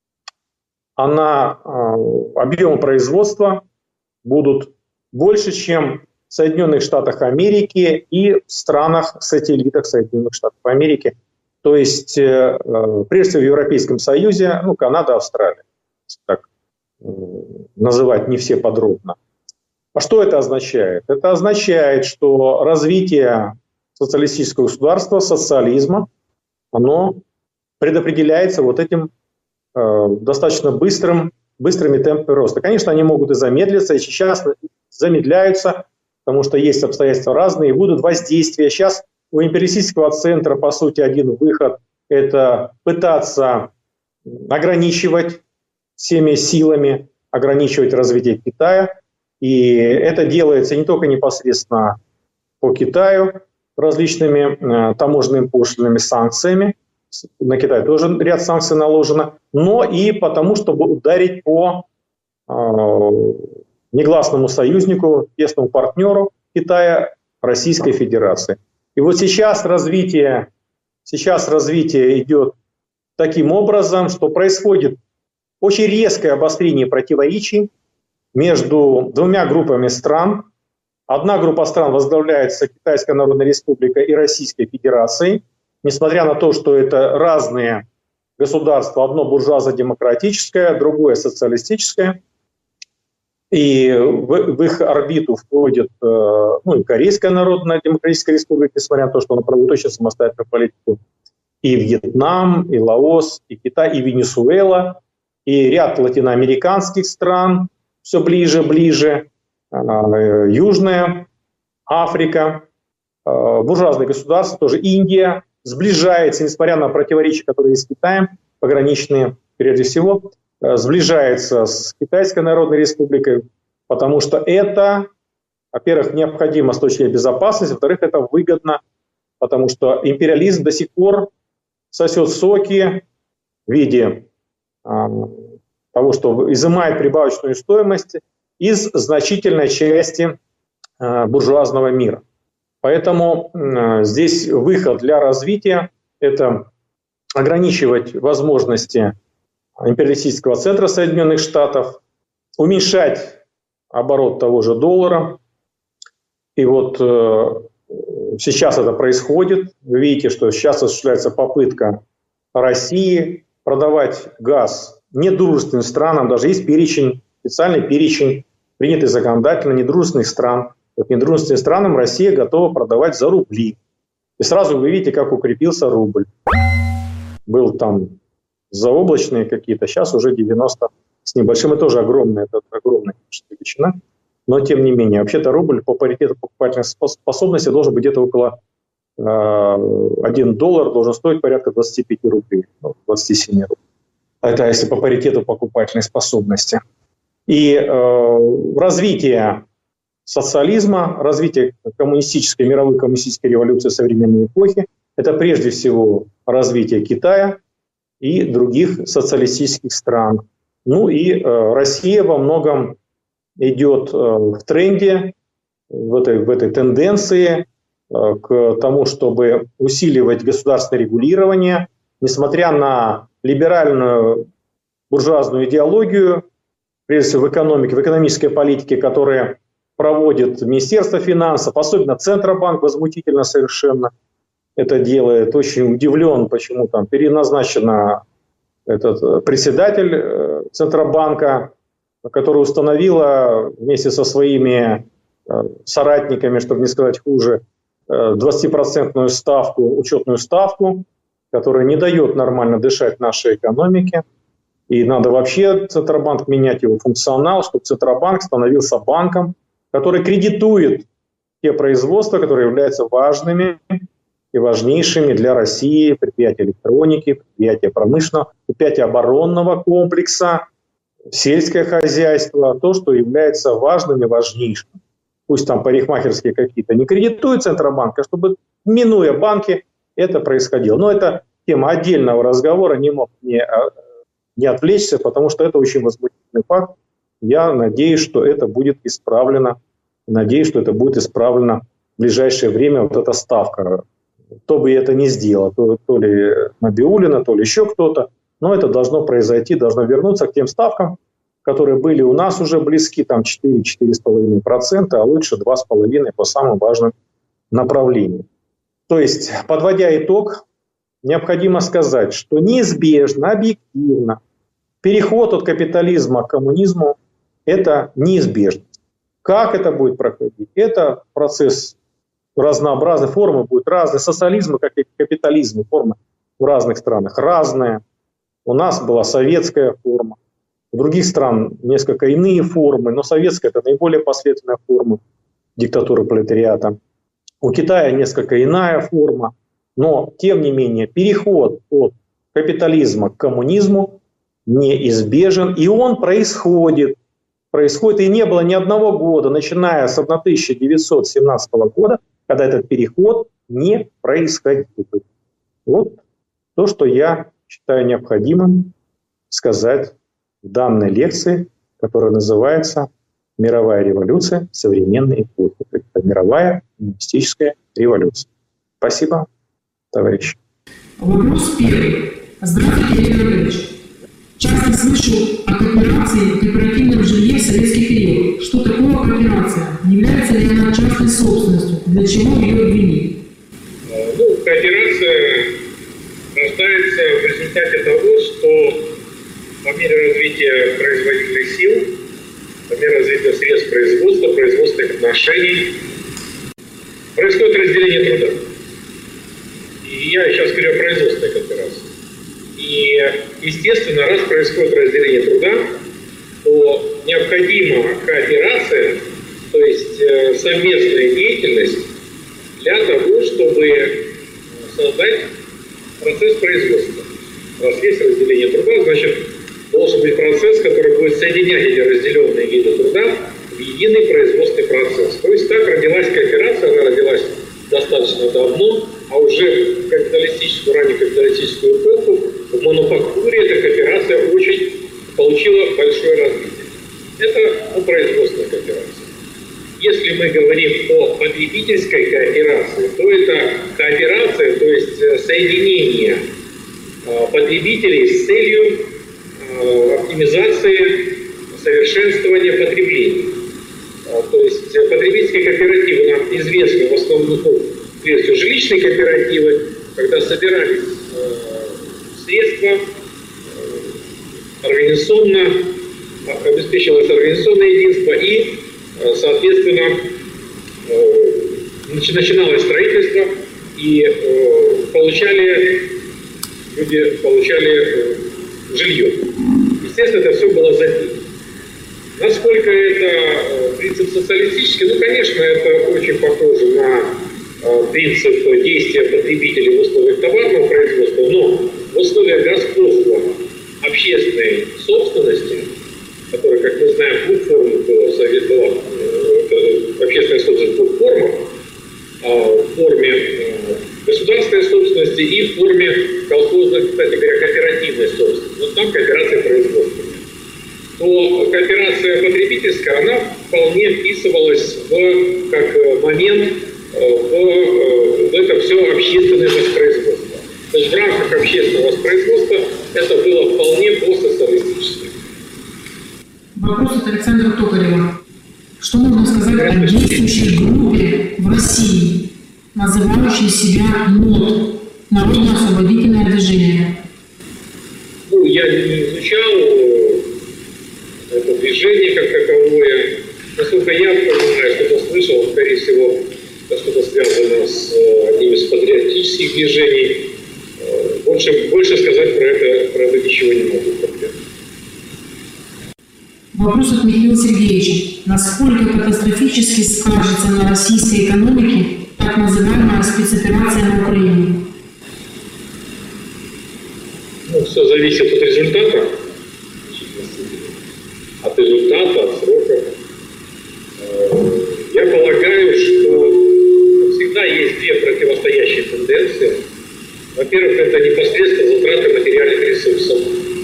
она, э, объемы производства будут больше, чем в Соединенных Штатах Америки и в странах-сателлитах Соединенных Штатов Америки. То есть, э, прежде всего, в Европейском Союзе, ну, Канада, Австралия, так э, называть не все подробно. А что это означает? Это означает, что развитие социалистического государства, социализма, оно предопределяется вот этим э, достаточно быстрым быстрыми темпами роста. Конечно, они могут и замедлиться, и сейчас замедляются, потому что есть обстоятельства разные, и будут воздействия. Сейчас у империалистического центра, по сути, один выход – это пытаться ограничивать всеми силами, ограничивать развитие Китая. И это делается не только непосредственно по Китаю различными э, таможенными пошлинами, санкциями. На Китай тоже ряд санкций наложено, но и потому, чтобы ударить по э, негласному союзнику, тесному партнеру Китая, Российской Федерации. И вот сейчас развитие, сейчас развитие идет таким образом, что происходит очень резкое обострение противоречий между двумя группами стран. Одна группа стран возглавляется Китайской Народной Республикой и Российской Федерацией. Несмотря на то, что это разные государства, одно буржуазно-демократическое, другое социалистическое. И в, в их орбиту входит ну, и Корейская Народная Демократическая Республика, несмотря на то, что она проводит очень самостоятельную политику, и Вьетнам, и Лаос, и Китай, и Венесуэла, и ряд латиноамериканских стран все ближе, ближе, Южная Африка, буржуазные государства, тоже Индия, сближается, несмотря на противоречия, которые есть с Китаем, пограничные, прежде всего, сближается с Китайской Народной Республикой, потому что это, во-первых, необходимо с точки зрения безопасности, во-вторых, это выгодно, потому что империализм до сих пор сосет соки в виде а, того, что изымает прибавочную стоимость из значительной части а, буржуазного мира. Поэтому э, здесь выход для развития – это ограничивать возможности империалистического центра Соединенных Штатов, уменьшать оборот того же доллара. И вот э, сейчас это происходит. Вы видите, что сейчас осуществляется попытка России продавать газ недружественным странам. Даже есть перечень, специальный перечень, принятый законодательно недружественных стран. Вот недружественным странам Россия готова продавать за рубли. И сразу вы видите, как укрепился рубль. Был там заоблачные какие-то, сейчас уже девяносто с небольшим. И тоже огромная, это огромная величина. Но тем не менее, вообще-то рубль по паритету покупательной способности должен быть где-то около э, один доллар, должен стоить порядка двадцать пять рублей, ну, двадцать семь рублей. Это если по паритету покупательной способности. И э, развитие социализма, развитие коммунистической, мировой коммунистической революции современной эпохи – это прежде всего развитие Китая и других социалистических стран. Ну и э, Россия во многом идет э, в тренде, в этой, в этой тенденции э, к тому, чтобы усиливать государственное регулирование, несмотря на либеральную буржуазную идеологию, прежде всего в экономике, в экономической политике, которая проводит Министерство финансов, особенно Центробанк возмутительно совершенно это делает. Очень удивлен, почему там переназначена этот председатель Центробанка, которая установила вместе со своими соратниками, чтобы не сказать хуже, двадцатипроцентную ставку, учетную ставку, которая не дает нормально дышать нашей экономике. И надо вообще Центробанк менять его функционал, чтобы Центробанк становился банком, который кредитует те производства, которые являются важными и важнейшими для России, предприятия электроники, предприятия промышленного, предприятия оборонного комплекса, сельское хозяйство, то, что является важным и важнейшим. Пусть там парикмахерские какие-то не кредитуют Центробанк, а чтобы, минуя банки, это происходило. Но это тема отдельного разговора, не мог не, не отвлечься, потому что это очень возмутительный факт. Я надеюсь, что это будет исправлено. Надеюсь, что это будет исправлено в ближайшее время. Вот эта ставка. Кто бы это ни сделал, то, то ли Набиуллина, то ли еще кто-то. Но это должно произойти, должно вернуться к тем ставкам, которые были у нас уже близки, там четыре - четыре с половиной процента, а лучше два с половиной по самым важным направлениям. То есть, подводя итог, необходимо сказать, что неизбежно, объективно, переход от капитализма к коммунизму – это неизбежность. Как это будет проходить? Это процесс разнообразный, формы будут разные. Социализм, как и капитализм, формы в разных странах разные. У нас была советская форма, У других стран несколько иные формы, но советская – это наиболее последовательная форма диктатуры пролетариата. У Китая несколько иная форма, но, тем не менее, переход от капитализма к коммунизму неизбежен, и он происходит. Происходит, и не было ни одного года, начиная с тысяча девятьсот семнадцатого года, когда этот переход не происходил. Вот то, что я считаю необходимым сказать в данной лекции, которая называется «Мировая революция современной эпохи». Это мировая коммунистическая революция. Спасибо, товарищи. Вопрос первый. Здравствуйте, Игорь Андреевич. Часто слышу о кооперации в кооперативном жилье в советский период. Что такое кооперация? Является ли она частной собственностью? Для чего ее ввели? Ну, кооперация рождается в результате того, что по мере развития производительных сил, по мере развития средств производства, производственных отношений, происходит разделение труда. И я сейчас говорю о производственной кооперации. И, естественно, раз происходит разделение труда, то необходима кооперация, то есть э, совместная деятельность для того, чтобы создать процесс производства. Раз есть разделение труда, значит, должен быть процесс, который будет соединять эти разделенные виды труда в единый производственный процесс. То есть так родилась кооперация, она родилась достаточно давно, а уже в капиталистическую, раннекапиталистическую эпоху в мануфактуре эта кооперация очень получила большое развитие. Это ну, производственная кооперация. Если мы говорим о потребительской кооперации, то это кооперация, то есть соединение потребителей с целью оптимизации, совершенствования потребления. То есть потребительские кооперативы нам известны в основном, ну, прежде всего, жилищные кооперативы, когда собирались э, средства, э, организационно, обеспечивалось организационное единство и, э, соответственно, э, начиналось строительство и э, получали, люди получали э, жилье. Естественно, это все было записано. Насколько это принцип социалистический? Ну, конечно, это очень похоже на принцип действия потребителей в условиях товарного производства, но в условиях господства общественной собственности, которая, как мы знаем, в двух формах была, Совет была, общественная собственность в двух формах, в форме государственной собственности и в форме колхозной, кстати говоря, кооперативной собственности. Но там кооперация производства. То кооперация потребительская, она вполне вписывалась в как момент в, в это все общественное воспроизводство. То есть в рамках общественного воспроизводства это было вполне по-социалистически. Вопрос от Александра Токарева. Что можно сказать о действующей группе в России, называющей себя НОД, Народно-освободительное движение? Ну, я не изучал это движение как таковое. Насколько я понимаю, что-то слышал, скорее всего, что-то связано с одним из патриотических движений. Больше, больше сказать про это, про это ничего не могу. Вопрос от Михаила Сергеевича. Насколько катастрофически скажется на российской экономике так называемая спецоперация на Украине? Ну, все зависит от результата. От результата, от срока. Я полагаю, что всегда есть две противостоящие тенденции. Во-первых, это непосредственно затраты материальных ресурсов.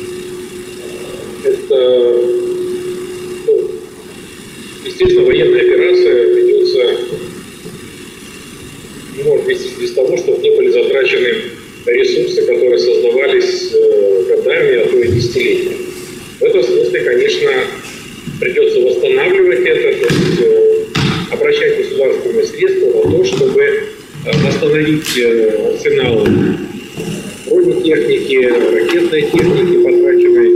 Это, ну, естественно, военная операция ведется, не может вестись без того, чтобы не были затрачены ресурсы, которые создавались годами, а то и десятилетиями. В этом смысле, конечно, придется восстанавливать это, то есть обращать государственные средства на то, чтобы восстановить арсенал бронетехники, ракетной техники, потраченной.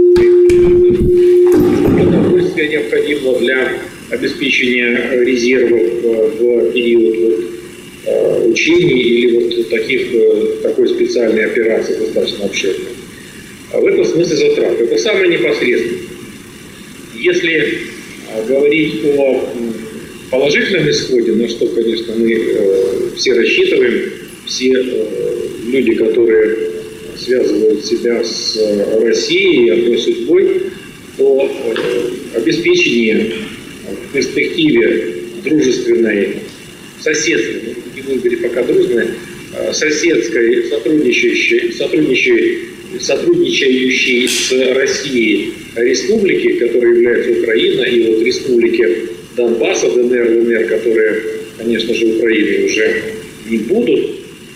Продовольствие необходимо для обеспечения резервов в период вот, учений или вот таких, такой специальной операции, достаточно обширной. В этом смысле затраты. Это самое непосредственное. Если говорить о положительном исходе, на что, конечно, мы э, все рассчитываем, все э, люди, которые связывают себя с Россией, одной судьбой, то э, обеспечение в перспективе дружественной, соседской, не буду говорить пока дружной, э, соседской, сотрудничающей, сотрудничающей, сотрудничающей с Россией республики, которые являются Украина, и вот республики Донбасса, ДНР, ЛНР, которые, конечно же, Украины уже не будут,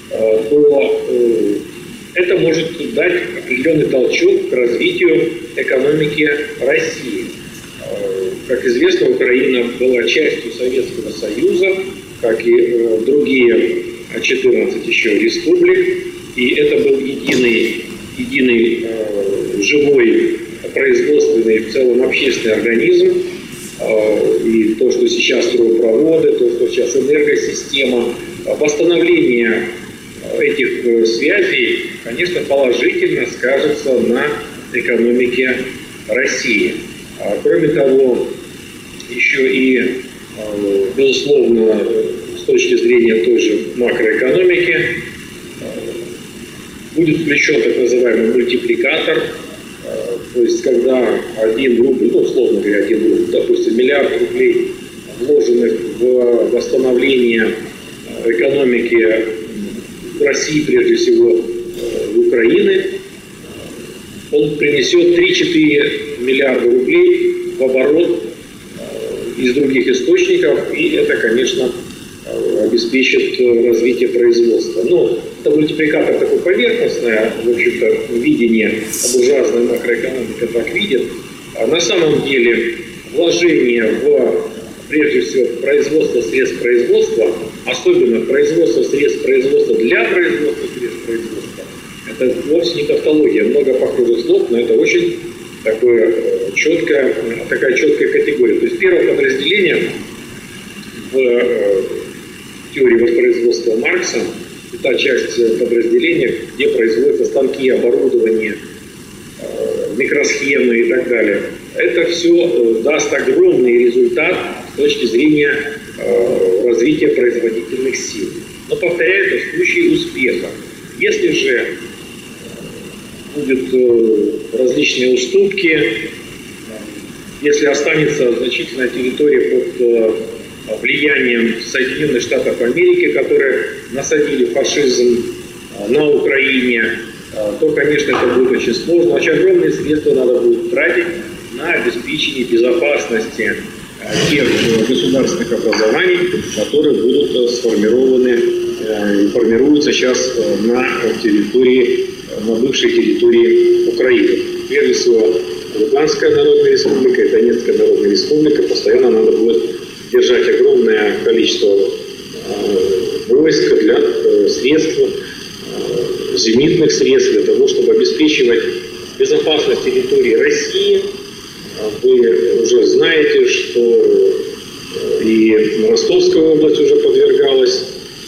то это может дать определенный толчок к развитию экономики России. Как известно, Украина была частью Советского Союза, как и другие четырнадцать еще республик, и это был единый, единый живой производственный, в целом общественный организм. И то, что сейчас трубопроводы, то, что сейчас энергосистема, восстановление этих связей, конечно, положительно скажется на экономике России. Кроме того, еще и, безусловно, с точки зрения той же макроэкономики, будет включен так называемый мультипликатор. То есть, когда один рубль, ну, условно говоря, один рубль, допустим, миллиард рублей, вложенных в восстановление экономики России, прежде всего, Украины, он принесет три-четыре миллиарда рублей в оборот из других источников, и это, конечно, обеспечит развитие производства. Но это мультипликатор такой поверхностное, в общем-то, видение, буржуазная макроэкономика так видит. А на самом деле вложение в, прежде всего, производство средств производства, особенно производство средств производства для производства средств производства, это вовсе не тавтология, много похожих слов, но это очень такое четкое, такая четкая категория. То есть первое подразделение в теории воспроизводства Маркса — это та часть подразделения, где производятся станки, оборудование, микросхемы и так далее. Это все даст огромный результат с точки зрения развития производительных сил. Но, повторяю, это в случае успеха. Если же будут различные уступки, если останется значительная территория под влиянием Соединенных Штатов Америки, которые насадили фашизм на Украине, то, конечно, это будет очень сложно. Очень огромные средства надо будет тратить на обеспечение безопасности тех государственных образований, которые будут сформированы и формируются сейчас на территории, на бывшей территории Украины. Прежде всего, Луганская Народная Республика и Донецкая Народная Республика. Постоянно надо будет держать огромное количество войск для средств, зенитных средств, для того, чтобы обеспечивать безопасность территории России. Вы уже знаете, что и Ростовская область уже подвергалась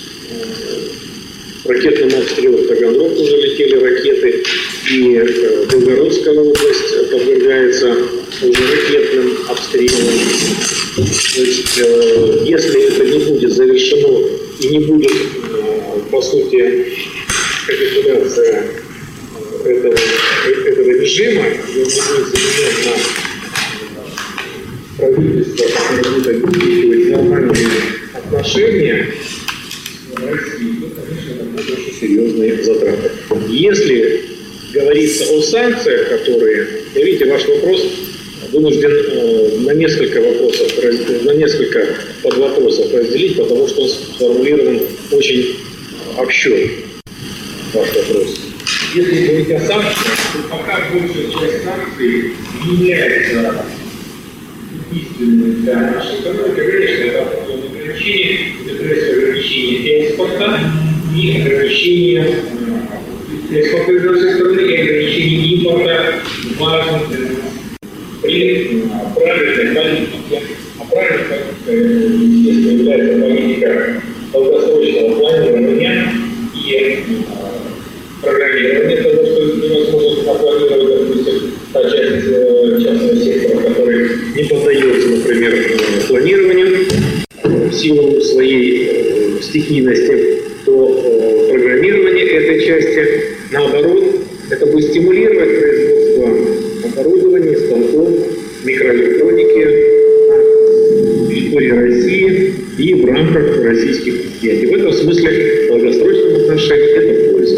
ракетному обстрелу, в Таганрог уже летели ракеты, и Белгородская область подвергается уже ракетным обстрелам. То есть, если это не будет завершено и не будет, по сути, капитуляция этого, этого режима, и не будет заменен на правительство, которое будет обеспечивать нормальные отношения с Россией, то, конечно, это будут очень серьезные затраты. Если говорится о санкциях, которые, я видите, ваш вопрос вынужден э, на несколько вопросов, на несколько подвопросов разделить, потому что он сформулирован очень общо, ваш вопрос. Если говорить о санкциях, то пока большая часть санкций не является единственной для нашей экономики. Конечно, это определенные ограничения, это ограничение экспорта и ограничение экспорта из нашей страны и ограничение импорта важных для нас при правильной политике. А правильной политикой, естественно, является политика долгосрочного планирования и программирования того, что невозможно запланировать, допустим, та часть частного сектора, который не программированию в силу своей стихийности, то программирование этой части, наоборот, это будет стимулировать производство оборудования, станков, микроэлектроники на территории России и в рамках российских предприятий. В этом смысле в долгосрочном отношении это польза.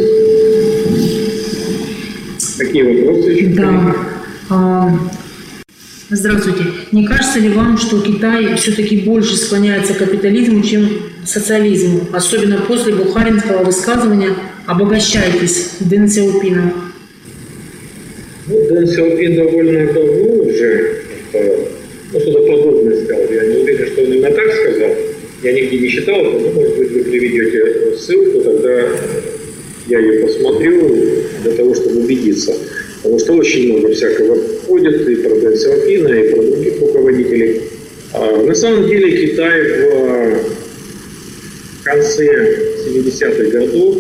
Какие вопросы еще? Да. Здравствуйте. Не кажется ли вам, что Китай все-таки больше склоняется к капитализму, чем к социализму? Особенно после бухаринского высказывания «обогащайтесь» Дэн Сяопина. Ну, Дэн Сяопин довольно давно уже ну, что-то подобное сказал. Я не уверен, что он именно так сказал. Я нигде не читал это, но, может быть, вы приведете ссылку, тогда я ее посмотрю для того, чтобы убедиться. Потому что очень много всякого ходит и про Дэн Сяопина, и про других руководителей. А на самом деле Китай в конце семидесятых годов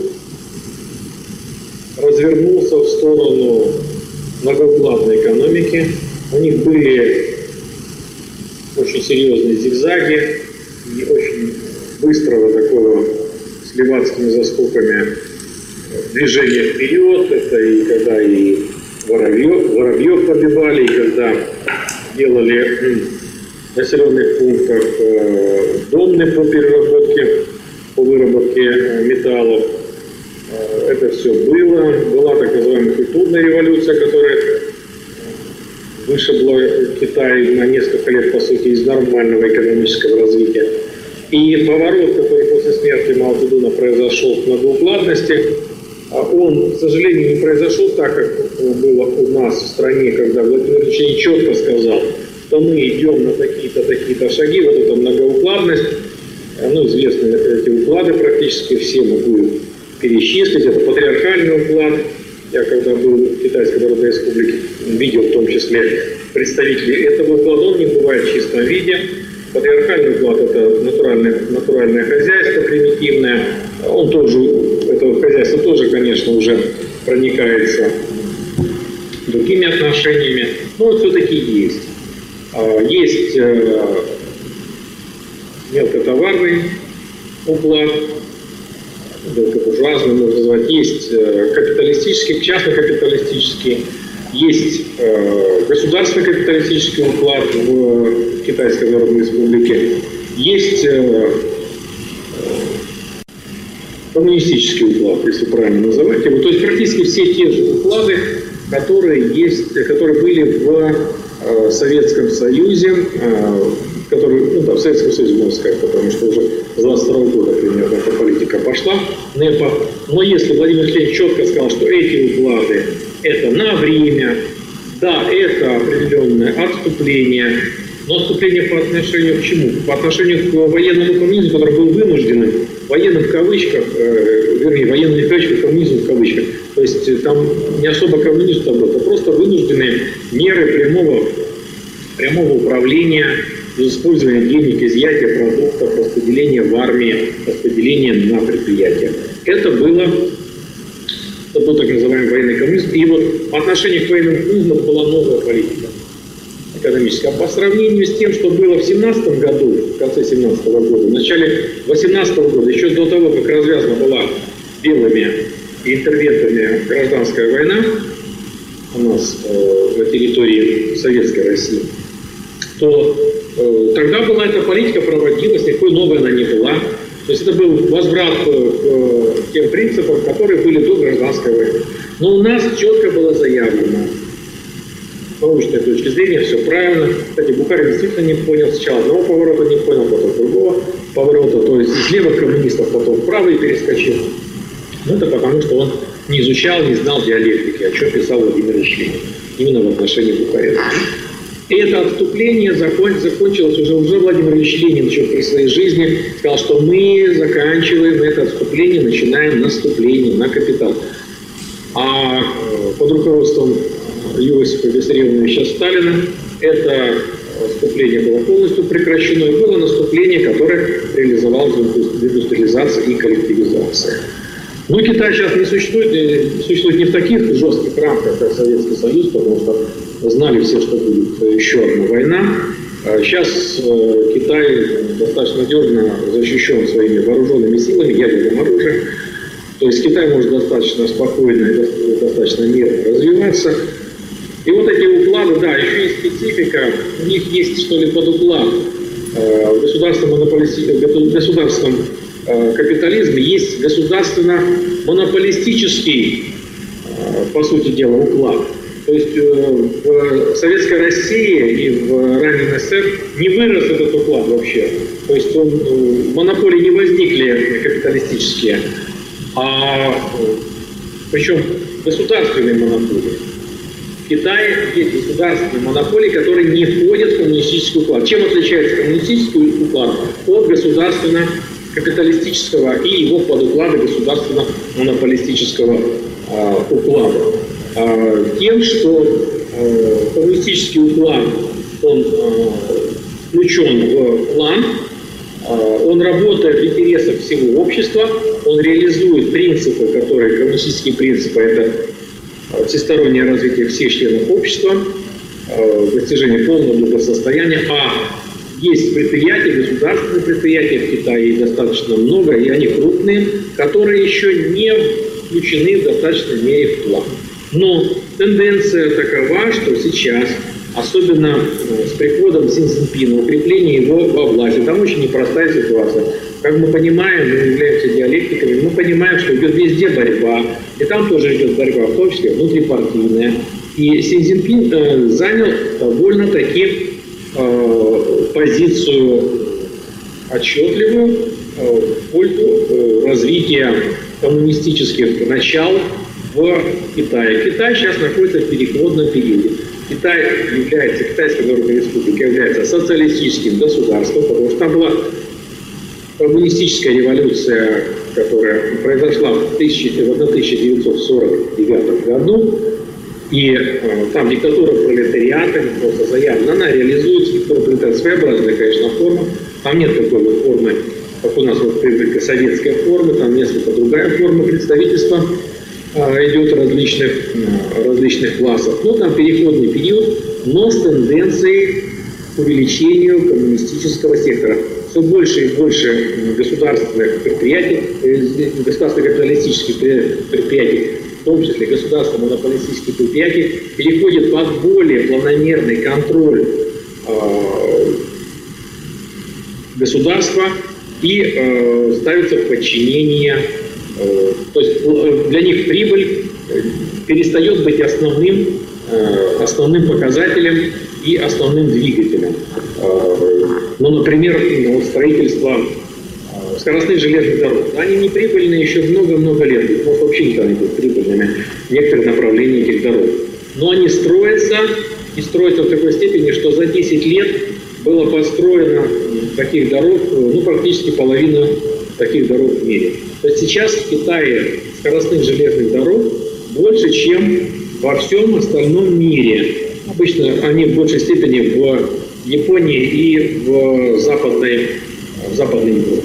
развернулся в сторону многоукладной экономики. У них были очень серьезные зигзаги и очень быстрого такого с левацкими заскоками движения вперед. Это и когда и Воробьев, Воробьев побивали, и когда делали в населенных пунктах э, домны по переработке, по выработке э, металлов. Э, это все было. Была так называемая культурная революция, которая вышибла Китай на несколько лет, по сути, из нормального экономического развития. И поворот, который после смерти Мао Цзэдуна произошел к многоукладности, он, к сожалению, не произошел так, как было у нас в стране, когда Владимир Ильич четко сказал, что мы идем на такие-то, такие-то шаги, вот эта многоукладность, ну, известны эти уклады практически все, могу перечислить, это патриархальный уклад. Я когда был в Китайской Народной Республике, видел в том числе представителей этого уклада, он не бывает в чистом виде. Патриархальный уклад – это натуральное, натуральное хозяйство примитивное. Он тоже, это хозяйство тоже, конечно, уже проникается другими отношениями, но вот все-таки есть. Есть мелкотоварный уклад, мелкобуржуазный, можно назвать, есть капиталистический, частно-капиталистический, есть государственный капиталистический уклад в Китайской Народной Республике, есть коммунистический уклад, если правильно называть его. То есть практически все те же уклады, которые, есть, которые были в э, Советском Союзе, э, которые, ну да, в Советском Союзе можно сказать, потому что уже с двадцать второго года примерно эта политика пошла, НЭПа. Но если Владимир Ильич четко сказал, что эти уклады это на время, да, это определенное отступление, но отступление по отношению к чему? По отношению к военному коммунизму, который был вынужденным, военным в кавычках, э, вернее, военный в кавычках, коммунизм в кавычках. То есть там не особо коммунизм там был, это просто вынужденные меры прямого, прямого управления, использования денег, изъятия продуктов, распределения в армии, распределения на предприятия. Это было, это был так называемый военный коммунизм. И вот по отношению к военному коммунизму была новая политика экономическая. А по сравнению с тем, что было в семнадцатом году, в конце семнадцатого года, в начале восемнадцатого года, еще до того, как развязана была белыми интервентами гражданская война у нас э, на территории Советской России, то э, тогда была эта политика, проводилась, никакой новой она не была. То есть это был возврат к э, тем принципам, которые были до гражданской войны. Но у нас четко было заявлено, с научной точки зрения, все правильно. Кстати, Бухарин действительно не понял, сначала одного поворота не понял, потом другого поворота, то есть из левых коммунистов потом в правый перескочил. Но это потому, что он не изучал, не знал диалектики, о чем писал Владимир Ильич Ленин, именно в отношении Бухарина. И это отступление закон, закончилось уже, уже Владимир Ильич Ленин еще при своей жизни сказал, что мы заканчиваем это отступление, начинаем наступление на капитал. А под руководством Иосифа Виссарионовича Сталина это отступление было полностью прекращено, и было наступление, которое реализовалось в индустриализации и коллективизации. Но Китай сейчас не существует, не существует не в таких жестких рамках, как Советский Союз, потому что знали все, что будет еще одна война. Сейчас Китай достаточно надежно защищен своими вооруженными силами, ядерным оружием. То есть Китай может достаточно спокойно и достаточно мирно развиваться. И вот эти уклады, да, еще есть специфика, у них есть что ли под уклад. В государственном, государственном капитализме есть государственно-монополистический, по сути дела, уклад. То есть в Советской России и в раннем СССР не вырос этот уклад вообще. То есть он, монополии не возникли капиталистические, а причем государственные монополии. В Китае есть государственные монополии, которые не входят в коммунистический уклад. Чем отличается коммунистический уклад от государственно-капиталистического и его подуклада государственно-монополистического э, уклада? Э, тем, что э, коммунистический уклад, он э, включен в план, э, он работает в интересах всего общества, он реализует принципы, которые, коммунистические принципы, это всестороннее развитие всех членов общества, достижение полного благосостояния. А есть предприятия, государственные предприятия в Китае, их достаточно много, и они крупные, которые еще не включены в достаточной мере в план. Но тенденция такова, что сейчас, особенно с приходом Си Цзиньпина, укрепление его во власти, там очень непростая ситуация. Как мы понимаем, мы являемся диалектиками, мы понимаем, что идет везде борьба, и там тоже идет борьба, в том числе внутрипартийная. И Си Цзиньпин э, занял довольно-таки э, позицию отчетливую э, в пользу э, развития коммунистических начал в Китае. Китай сейчас находится в переходном периоде. Китай является, Китайская Народная Республика является социалистическим государством, потому что там была коммунистическая революция, которая произошла в тысяча девятьсот сорок девятом году, и э, там диктатура пролетариата, не просто заявлена, она реализуется, диктатура пролетариата своеобразная, конечно, форма, там нет такой вот формы, как у нас вот привыкли, советская форма, там несколько другая форма представительства э, идет различных, э, различных классов, но там переходный период, но с тенденцией к увеличению коммунистического сектора. Все больше и больше государственных предприятий, государственных капиталистических предприятий, в том числе государственных монополистических предприятий, переходит под более планомерный контроль э, государства и э, ставится в подчинение. Э, то есть для них прибыль перестает быть основным, э, основным показателем и основным двигателем. Ну, например, вот строительство скоростных железных дорог. Они не прибыльны еще много-много лет, их может вообще никогда не быть прибыльными, некоторые направления этих дорог. Но они строятся, и строятся в такой степени, что за десять лет было построено таких дорог, ну, практически половина таких дорог в мире. То есть сейчас в Китае скоростных железных дорог больше, чем во всем остальном мире. Обычно они в большей степени в Японии и в Западной, в Западной Европе.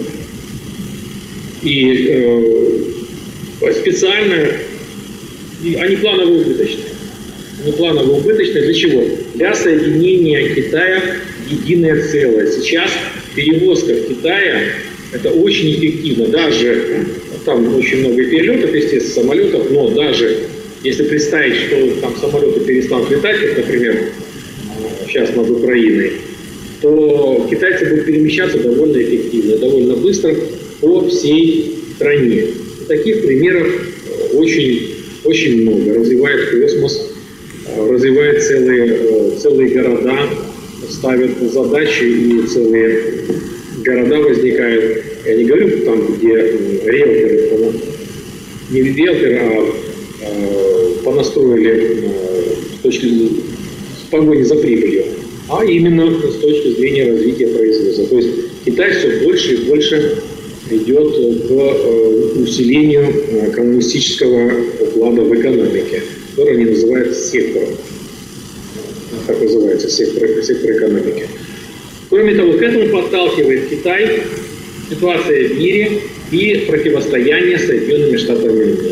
И э, специально, и они планово-убыточные. Они планово-убыточные для чего? Для соединения Китая в единое целое. Сейчас перевозка в Китае это очень эффективно. Даже там очень много перелетов, естественно, самолетов, но даже если представить, что там самолеты перестанут летать, как, например, сейчас над Украиной, то китайцы будут перемещаться довольно эффективно, довольно быстро по всей стране. Таких примеров очень, очень много. Развивает космос, развивает целые, целые города, ставят задачи, и целые города возникают. Я не говорю там, где риэлторы, не риэлторы, а понастроили с точки с погони за прибылью, а именно с точки зрения развития производства. То есть Китай все больше и больше идет к усилению коммунистического уклада в экономике, который они называют сектором. Так называется, сектор, сектор экономики. Кроме того, к этому подталкивает Китай ситуация в мире и противостояние с Соединенными Штатами Америки.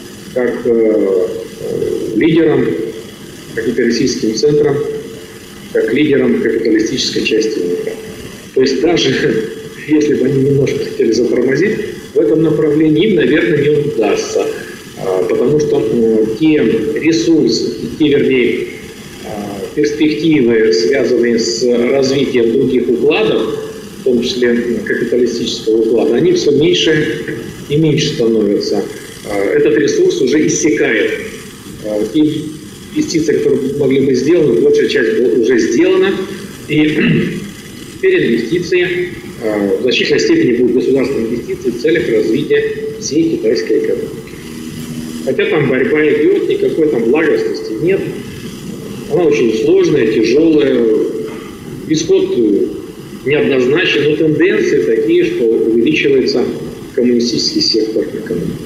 Как э, лидером, как и российским центром как лидерам капиталистической части мира. То есть даже если бы они немножко хотели затормозить, в этом направлении им, наверное, не удастся. Потому что те ресурсы, те, вернее, перспективы, связанные с развитием других укладов, в том числе капиталистического уклада, они все меньше и меньше становятся. Этот ресурс уже иссякает. Те инвестиции, которые могли быть сделаны, большая часть уже сделана. И теперь инвестиции в значительной степени будут государственные инвестиции в целях развития всей китайской экономики. Хотя там борьба идет, никакой там благостности нет. Она очень сложная, тяжелая. Исход неоднозначен, но тенденции такие, что увеличивается коммунистический сектор экономики.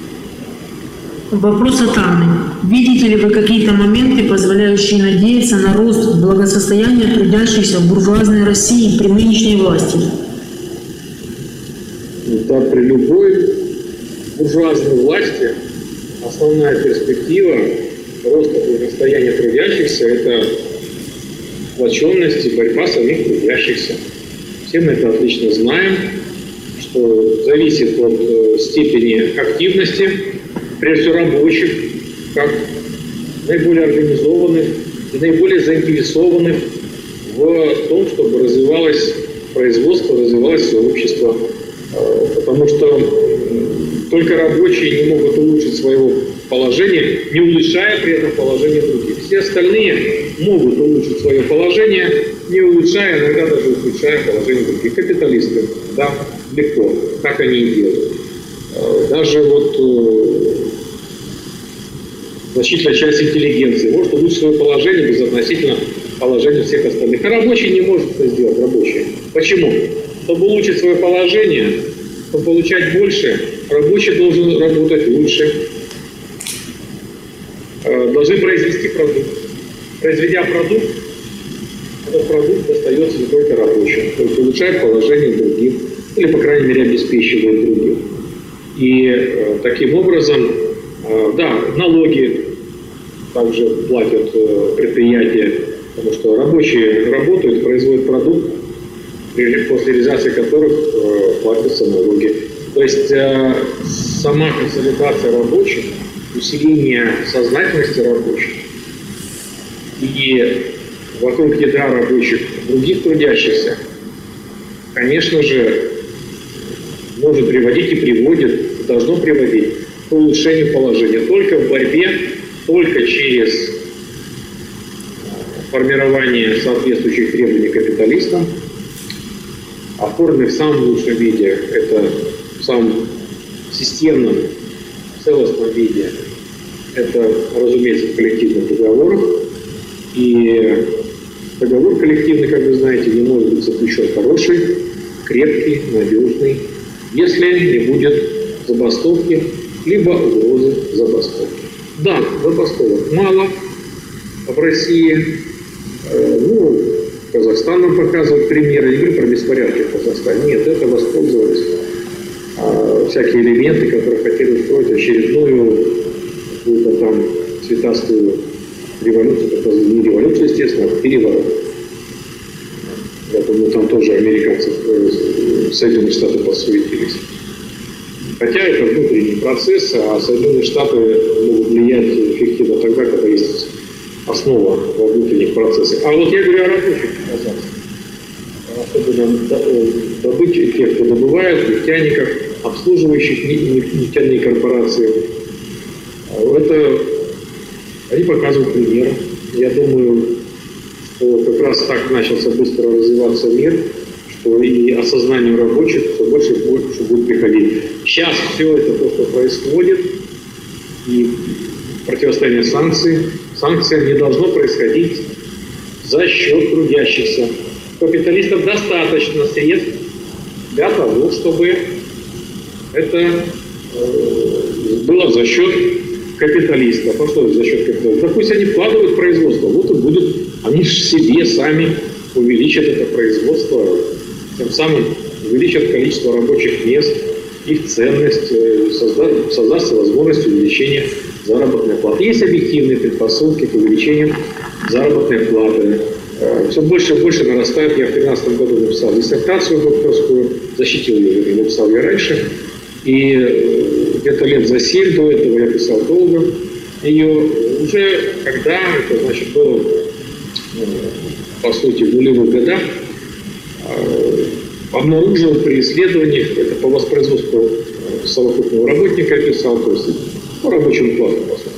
Вопрос от Анны. Видите ли вы какие-то моменты, позволяющие надеяться на рост благосостояния трудящихся в буржуазной России при нынешней власти? Да, при любой буржуазной власти основная перспектива роста благосостояния трудящихся – это сплоченность и борьба самих трудящихся. Все мы это отлично знаем, что зависит от степени активности, прежде всего рабочих, как наиболее организованных и наиболее заинтересованных в том, чтобы развивалось производство, развивалось сообщество. Потому что только рабочие не могут улучшить своего положения, не улучшая при этом положение других. Все остальные могут улучшить свое положение, не улучшая, иногда даже ухудшая положение других. Капиталисты, да, легко, как они и делают. Даже вот значительная часть интеллигенции может улучшить свое положение безотносительно положения всех остальных. А рабочий не может это сделать, рабочий. Почему? Чтобы улучшить свое положение, чтобы получать больше, рабочий должен работать лучше. Должны произвести продукт. Произведя продукт, этот продукт достается не только рабочим, то есть улучшает положение других, или, по крайней мере, обеспечивает других. И э, таким образом, э, да, налоги также платят э, предприятия, потому что рабочие работают, производят продукт, после реализации которых э, платятся налоги. То есть э, сама консолидация рабочих, усиление сознательности рабочих и вокруг ядра рабочих других трудящихся, конечно же, может приводить и приводит, должно приводить к улучшению положения. Только в борьбе, только через формирование соответствующих требований капиталистам, оформленных в самом лучшем виде, это в самом системном, целостном виде, это, разумеется, в коллективных договорах. И договор коллективный, как вы знаете, не может быть заключен хороший, крепкий, надежный, если не будет забастовки, либо угрозы забастовки. Да, забастовок мало в России. Ну, Казахстан нам показывает примеры. Я не говорю про беспорядки в Казахстане. Нет, это воспользовались а, всякие элементы, которые хотели устроить очередную какую-то там цветастую революцию. Это не революция, естественно, а переворот. Я думаю, там тоже американцы, Соединенные Штаты подсуетились. Хотя это внутренний процесс, а Соединенные Штаты могут влиять эффективно тогда, когда есть основа во внутренних процессах. А вот я говорю о рабочих казахах. Особенно добыть тех, кто добывает, нефтяников, обслуживающих нефтяные корпорации. Это они показывают пример. Я думаю, что как раз так начался быстро развиваться мир, что и осознанию рабочих все больше и больше будет приходить. Сейчас все это то, что происходит, и противостояние санкций, санкциям не должно происходить за счет трудящихся. У капиталистов достаточно средств для того, чтобы это было за счет капиталистов. А что за счет капиталистов? Да пусть они вкладывают в производство, вот и будут, они же себе сами увеличат это производство, тем самым увеличат количество рабочих мест, их ценность, созда- создастся возможность увеличения заработной платы. Есть объективные предпосылки к увеличению заработной платы. все больше и больше нарастает. Я в две тысячи тринадцатом году написал диссертацию докторскую, защитил ее, написал я раньше. И где-то лет за семь до этого я писал долго ее. Уже когда, это значит было, по сути, в нулевых годах, обнаружил при исследованиях, это по воспроизводству совокупного работника я писал, то есть по рабочему классу, по сути.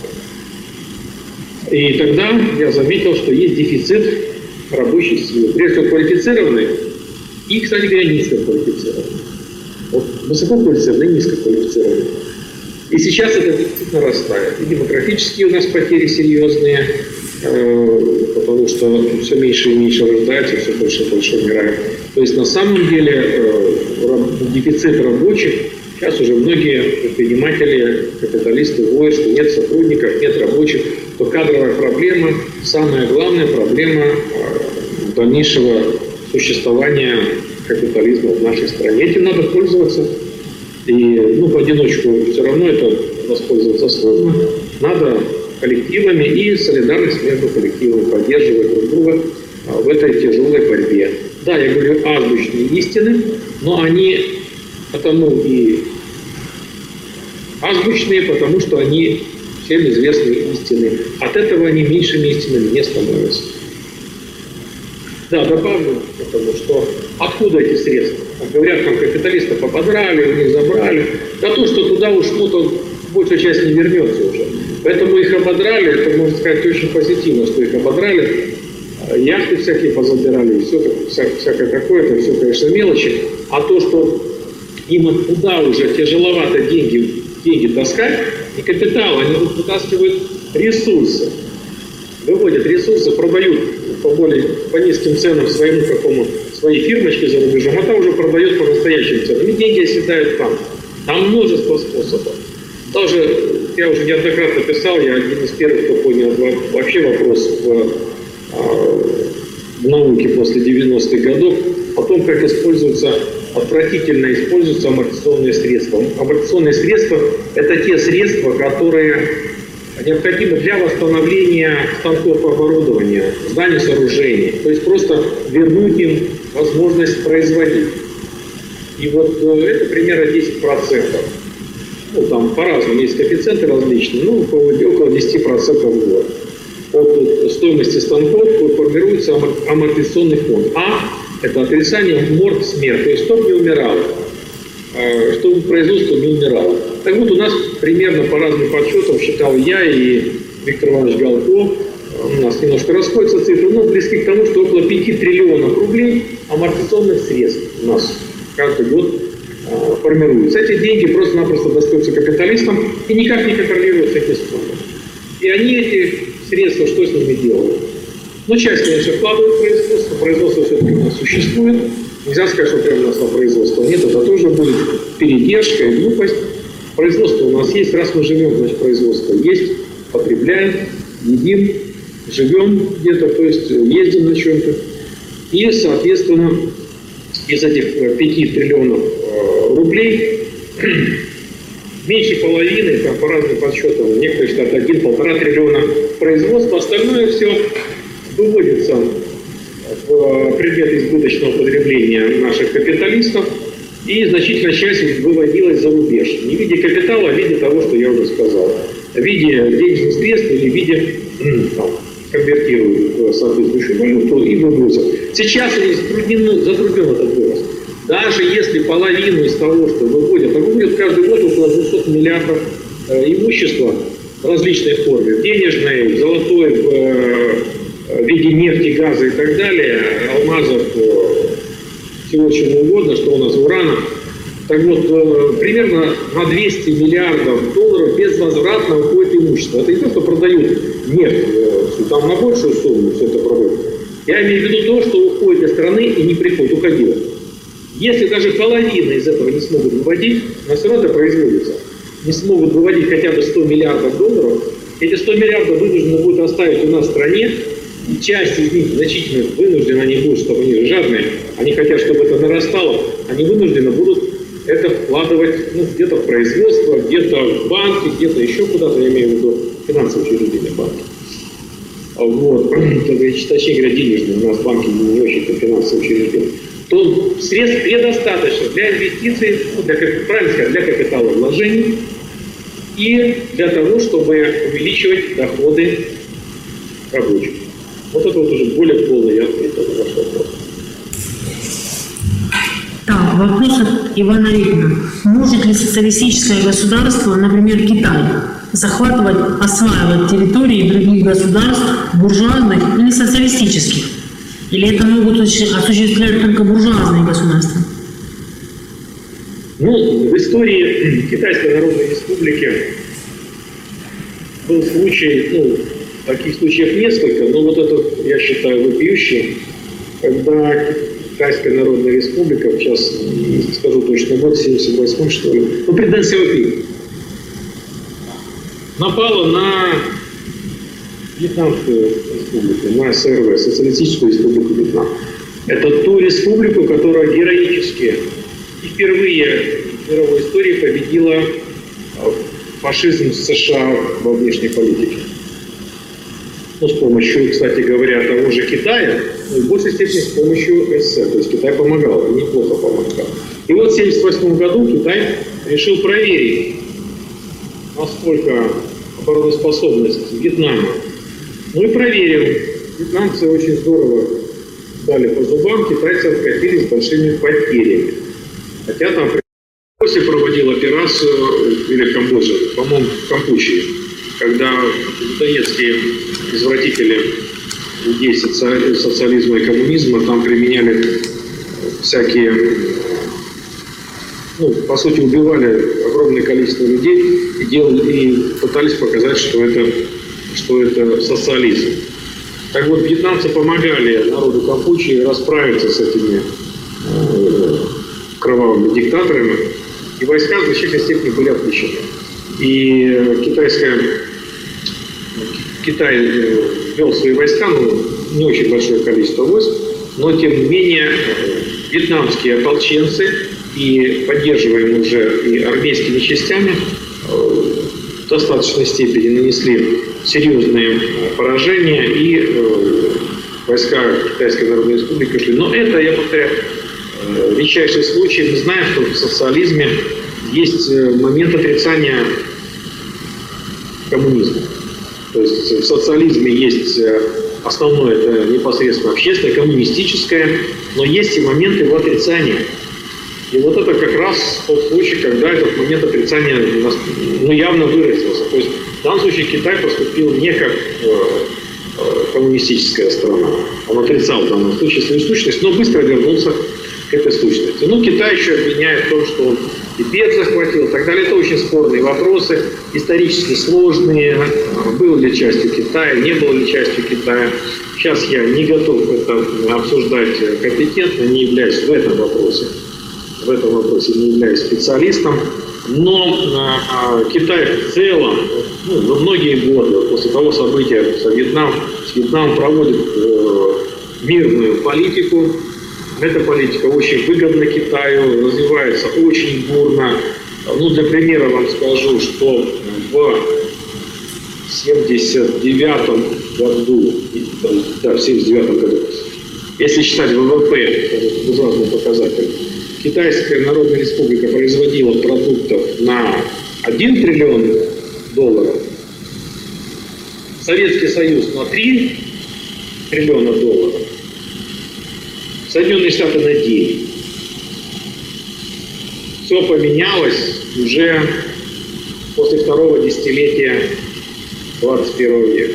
И тогда я заметил, что есть дефицит рабочей силы. Прежде всего квалифицированной и, кстати говоря, низкоквалифицированной. Вот высококвалифицированной и низкоквалифицированной. И сейчас это дефицит нарастает. И демографические у нас потери серьезные, потому что все меньше и меньше рождается, все больше и больше умирает. То есть на самом деле дефицит рабочих, сейчас уже многие предприниматели, капиталисты воют, что нет сотрудников, нет рабочих, то кадровая проблема, самая главная проблема дальнейшего существования капитализма в нашей стране. Этим надо пользоваться. И ну, в одиночку все равно это воспользоваться сложно. Надо коллективами и солидарность между коллективами поддерживать друг друга в этой тяжелой борьбе. Да, я говорю азбучные истины, но они потому и азбучные, потому что они всем известные истины. От этого они меньшими истинами не становятся. Да, добавлю, потому что откуда эти средства? Говорят, там капиталистов ободрали, у них забрали. Да то, что туда ушло, то большая часть не вернется уже. Поэтому их ободрали, это, можно сказать, очень позитивно, что их ободрали. Яхты всякие позабирали, и все, вся, всякое такое, это все, конечно, мелочи. А то, что им оттуда уже тяжеловато деньги, деньги таскать, и капитал, они вытаскивают ресурсы. Выводят ресурсы, продают по более по низким ценам своему какому своей фирмочке за рубежом, а там уже продает по настоящим ценам. И деньги оседают там. Там множество способов. Даже, я уже неоднократно писал, я один из первых, кто понял вообще вопрос в, в науке после девяностых годов, о том, как используются, отвратительно используются амортизационные средства. Амортизационные средства – это те средства, которые необходимы для восстановления станков оборудования, зданий, сооружений. То есть просто вернуть им возможность производить. И вот это примерно десять процентов. Ну, там по-разному, есть коэффициенты различные, ну, около десять процентов в год. От стоимости станков формируется амортизационный фонд. А – это отрицание морт смерть, то есть чтобы не умирало, чтобы производство не умирало. Так вот, у нас примерно по разным подсчетам, считал я и Виктор Иванович Галко, у нас немножко расходятся цифры, но близки к тому, что около пяти триллионов рублей амортизационных средств у нас каждый год э, формируются. Эти деньги просто-напросто достаются капиталистам и никак не контролируются эти суммы. И они эти средства, что с ними делают? Ну, часть, конечно, вкладывают в производство, производство все-таки у нас существует. Нельзя сказать, что прямо у нас на производство нет, это тоже будет передержка и глупость. Производство у нас есть, раз мы живем, значит, производство есть, потребляем, едим, живем где-то, то есть ездим на чем-то. И, соответственно, из этих пяти триллионов э, рублей меньше половины, там, по разным подсчетам, некоторые считают один-полтора триллиона производства, остальное все выводится в предмет избыточного потребления наших капиталистов, и значительная часть выводилась за рубеж. Не в виде капитала, а в виде того, что я уже сказал. В виде денежных средств или в виде там, конвертируют в соответствующую валюту и вывозят. Сейчас они затруднены, затруднен этот вывоз. Даже если половину из того, что выводят, а выводят каждый год около двухсот миллиардов э, имущества в различной форме. В денежной, в золотой, в, э, в виде нефти, газа и так далее, алмазов, э, всего чего угодно, что у нас урана. Так вот, э, примерно на двести миллиардов долларов безвозвратно уходит имущество. Это не то, что продают нефть, э, там на большую сумму все это продают. Я имею в виду то, что уходит из страны и не приходит, уходило. Если даже половина из этого не смогут выводить, но все равно это производится, не смогут выводить хотя бы сто миллиардов долларов, эти сто миллиардов вынуждены будут оставить у нас в стране, и часть из них значительно вынуждены они будут, чтобы они жадные, они хотят, чтобы это нарастало, они вынуждены будут это вкладывать ну, где-то в производство, где-то в банки, где-то еще куда-то, я имею в виду финансовые учреждения банки. вот, точнее говоря, денежные, у нас банки не очень-то финансовые учреждения, то средств предостаточно для инвестиций, ну, для, правильно сказать, для капиталовложений и для того, чтобы увеличивать доходы рабочих. Вот это вот уже более полно я ответил на ваш вопрос. Так, вопрос от Ивана Репина. Может ли социалистическое государство, например, Китай, захватывать, осваивать территории других государств, буржуазных или социалистических? Или это могут осуществлять только буржуазные государства? Ну, в истории Китайской Народной Республики был случай, ну, таких случаев несколько, но вот этот, я считаю, вопиющий, когда Китайская Народная Республика, сейчас не скажу точно год, семьдесят восьмой, что ли, ну, при Дэн Сяопине, напала на Вьетнамскую республику, на СРВ, Социалистическую Республику Вьетнам. Это ту республику, которая героически и впервые в мировой истории победила фашизм США во внешней политике. Ну, с помощью, кстати говоря, того же Китая, но в большей степени с помощью СССР. То есть Китай помогал, неплохо помогал. И вот в тысяча девятьсот семьдесят восьмом году Китай решил проверить, насколько обороноспособность Вьетнама. Ну и проверил. Вьетнамцы очень здорово дали по зубам, китайцы откатились с большими потерями. Хотя там после проводил операцию, или в Камбодже, по-моему, в Кампучии, когда людоедские извратители идей социализма и коммунизма там применяли всякие, ну, по сути, убивали огромное количество людей и, делали, и пытались показать, что это, что это социализм. Так вот, вьетнамцы помогали народу Кампучии расправиться с этими э, кровавыми диктаторами, и войска в значительной степени были отвлечены. И китайская, Китай вел свои войска, ну, не очень большое количество войск, но тем не менее вьетнамские ополченцы и поддерживаемые уже и армейскими частями в достаточной степени нанесли серьезные поражения, и войска Китайской Народной Республики шли. Но это, я повторяю, редчайший случай. Мы знаем, что в социализме есть момент отрицания коммунизма. То есть в социализме есть основное, это непосредственно общественное, коммунистическое, но есть и моменты его отрицания. И вот это как раз тот случай, когда этот момент отрицания ну, явно выразился. То есть в данном случае Китай поступил не как э, коммунистическая страна. Он отрицал в данном случае свою сущность, но быстро вернулся к этой сущности. Ну, Китай еще обвиняет в том, что он Тибет захватил и так далее. Это очень спорные вопросы, исторически сложные. Был ли частью Китая, не был ли частью Китая. Сейчас я не готов это обсуждать компетентно, не являюсь в этом вопросе. В этом вопросе не являюсь специалистом. Но а, Китай в целом, ну, за многие годы, после того события с Вьетнамом, с Вьетнамом проводит э, мирную политику. Эта политика очень выгодна Китаю, развивается очень бурно. Ну, для примера вам скажу, что в семьдесят девятом году, да, в семьдесят девятом году, если считать ВВП, это ужасный показатель, Китайская Народная Республика производила продуктов на один триллион долларов, Советский Союз на три триллиона долларов, Соединенные Штаты на девять. Все поменялось уже после второго десятилетия двадцать первого века.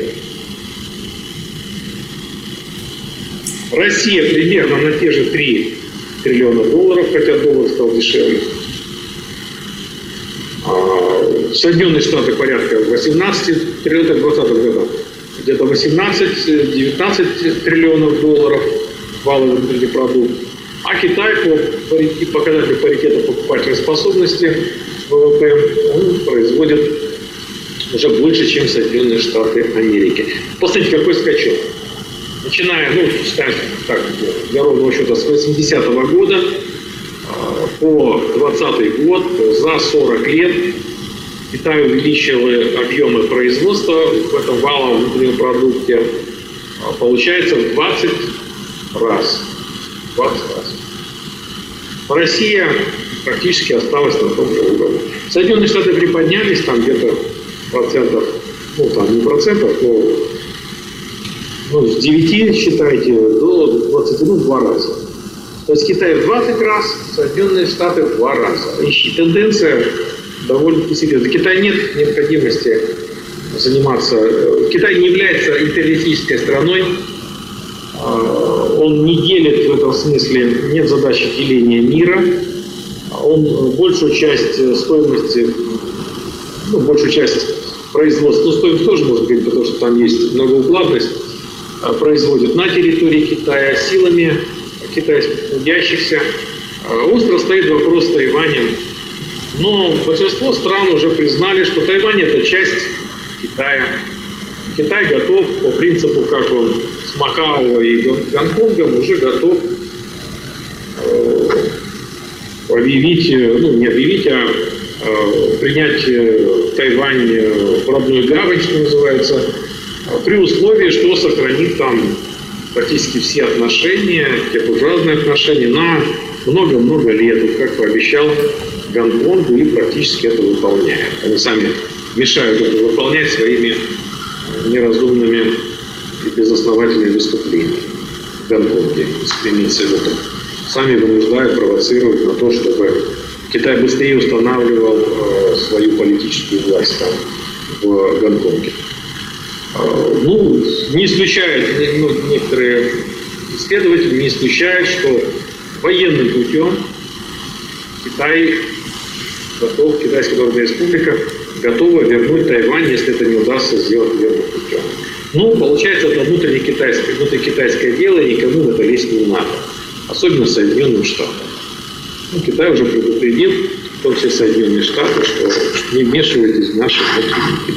Россия примерно на те же три триллиона долларов, хотя доллар стал дешевле. Соединенные Штаты порядка восемнадцать триллионов, в двадцатом году где-то восемнадцать-девятнадцать триллионов долларов валовый внутренний продукт. А Китай по показателю паритета покупательной способности ВВП он производит уже больше, чем Соединенные Штаты Америки. Посмотрите, какой скачок. Начиная, ну, считаем так, для ровного счета, с восьмидесятого года по двадцатый год, за сорок лет Китай увеличил объемы производства в этом валовом внутреннем продукте получается в двадцать раз. двадцать раз. Россия практически осталась на том же уровне. Соединенные Штаты приподнялись там где-то процентов, ну там не процентов, но ну, с девяти, считайте, до двадцати, ну, в два раза. То есть Китай в двадцать раз, Соединенные Штаты в два раза. И тенденция довольно-таки серьезная. Китай нет необходимости заниматься. Китай не является империалистической страной. Он не делит в этом смысле, нет задачи деления мира. Он большую часть стоимости, ну, большую часть производства, ну, стоимость тоже может быть, потому что там есть многоукладность, производит на территории Китая силами китайских трудящихся. Остро стоит вопрос с Тайванем. Но большинство стран уже признали, что Тайвань – это часть Китая. Китай готов, по принципу, как он с Макао и Гонконгом, уже готов э, объявить, ну не объявить, а э, принять э, Тайвань в родную гавань, что называется, при условии, что сохранит там практически все отношения, те буржуазные отношения на много-много лет, как пообещал Гонконгу, и практически это выполняет. Они сами мешают это выполнять своими неразумными и безосновательными выступлениями в Гонконге, имеется в виду. Сами вынуждают, провоцируют на то, чтобы Китай быстрее устанавливал э, свою политическую власть там, в Гонконге. Э, ну, не исключают, ну, некоторые исследователи не исключают, что военным путем Китай готов, Китайская Народная Республика готова вернуть Тайвань, если это не удастся сделать верным путем. Ну, получается, это внутрикитайское, внутрикитайское дело, и никому в это лезть не надо. Особенно Соединенным Штатам. Ну, Китай уже предупредил, в том числе Соединенные Штаты, что не вмешивайтесь в наши внутренние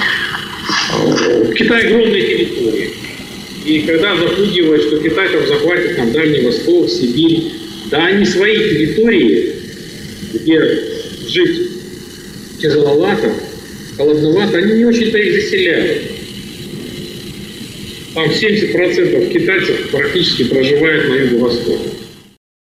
дела. Китай огромные территории. И когда запугивают, что Китай там захватит там, Дальний Восток, Сибирь, да они свои территории, где жить тяжеловато, холодновато, они не очень-то их заселяют. Там семьдесят процентов китайцев практически проживает на юго-востоке.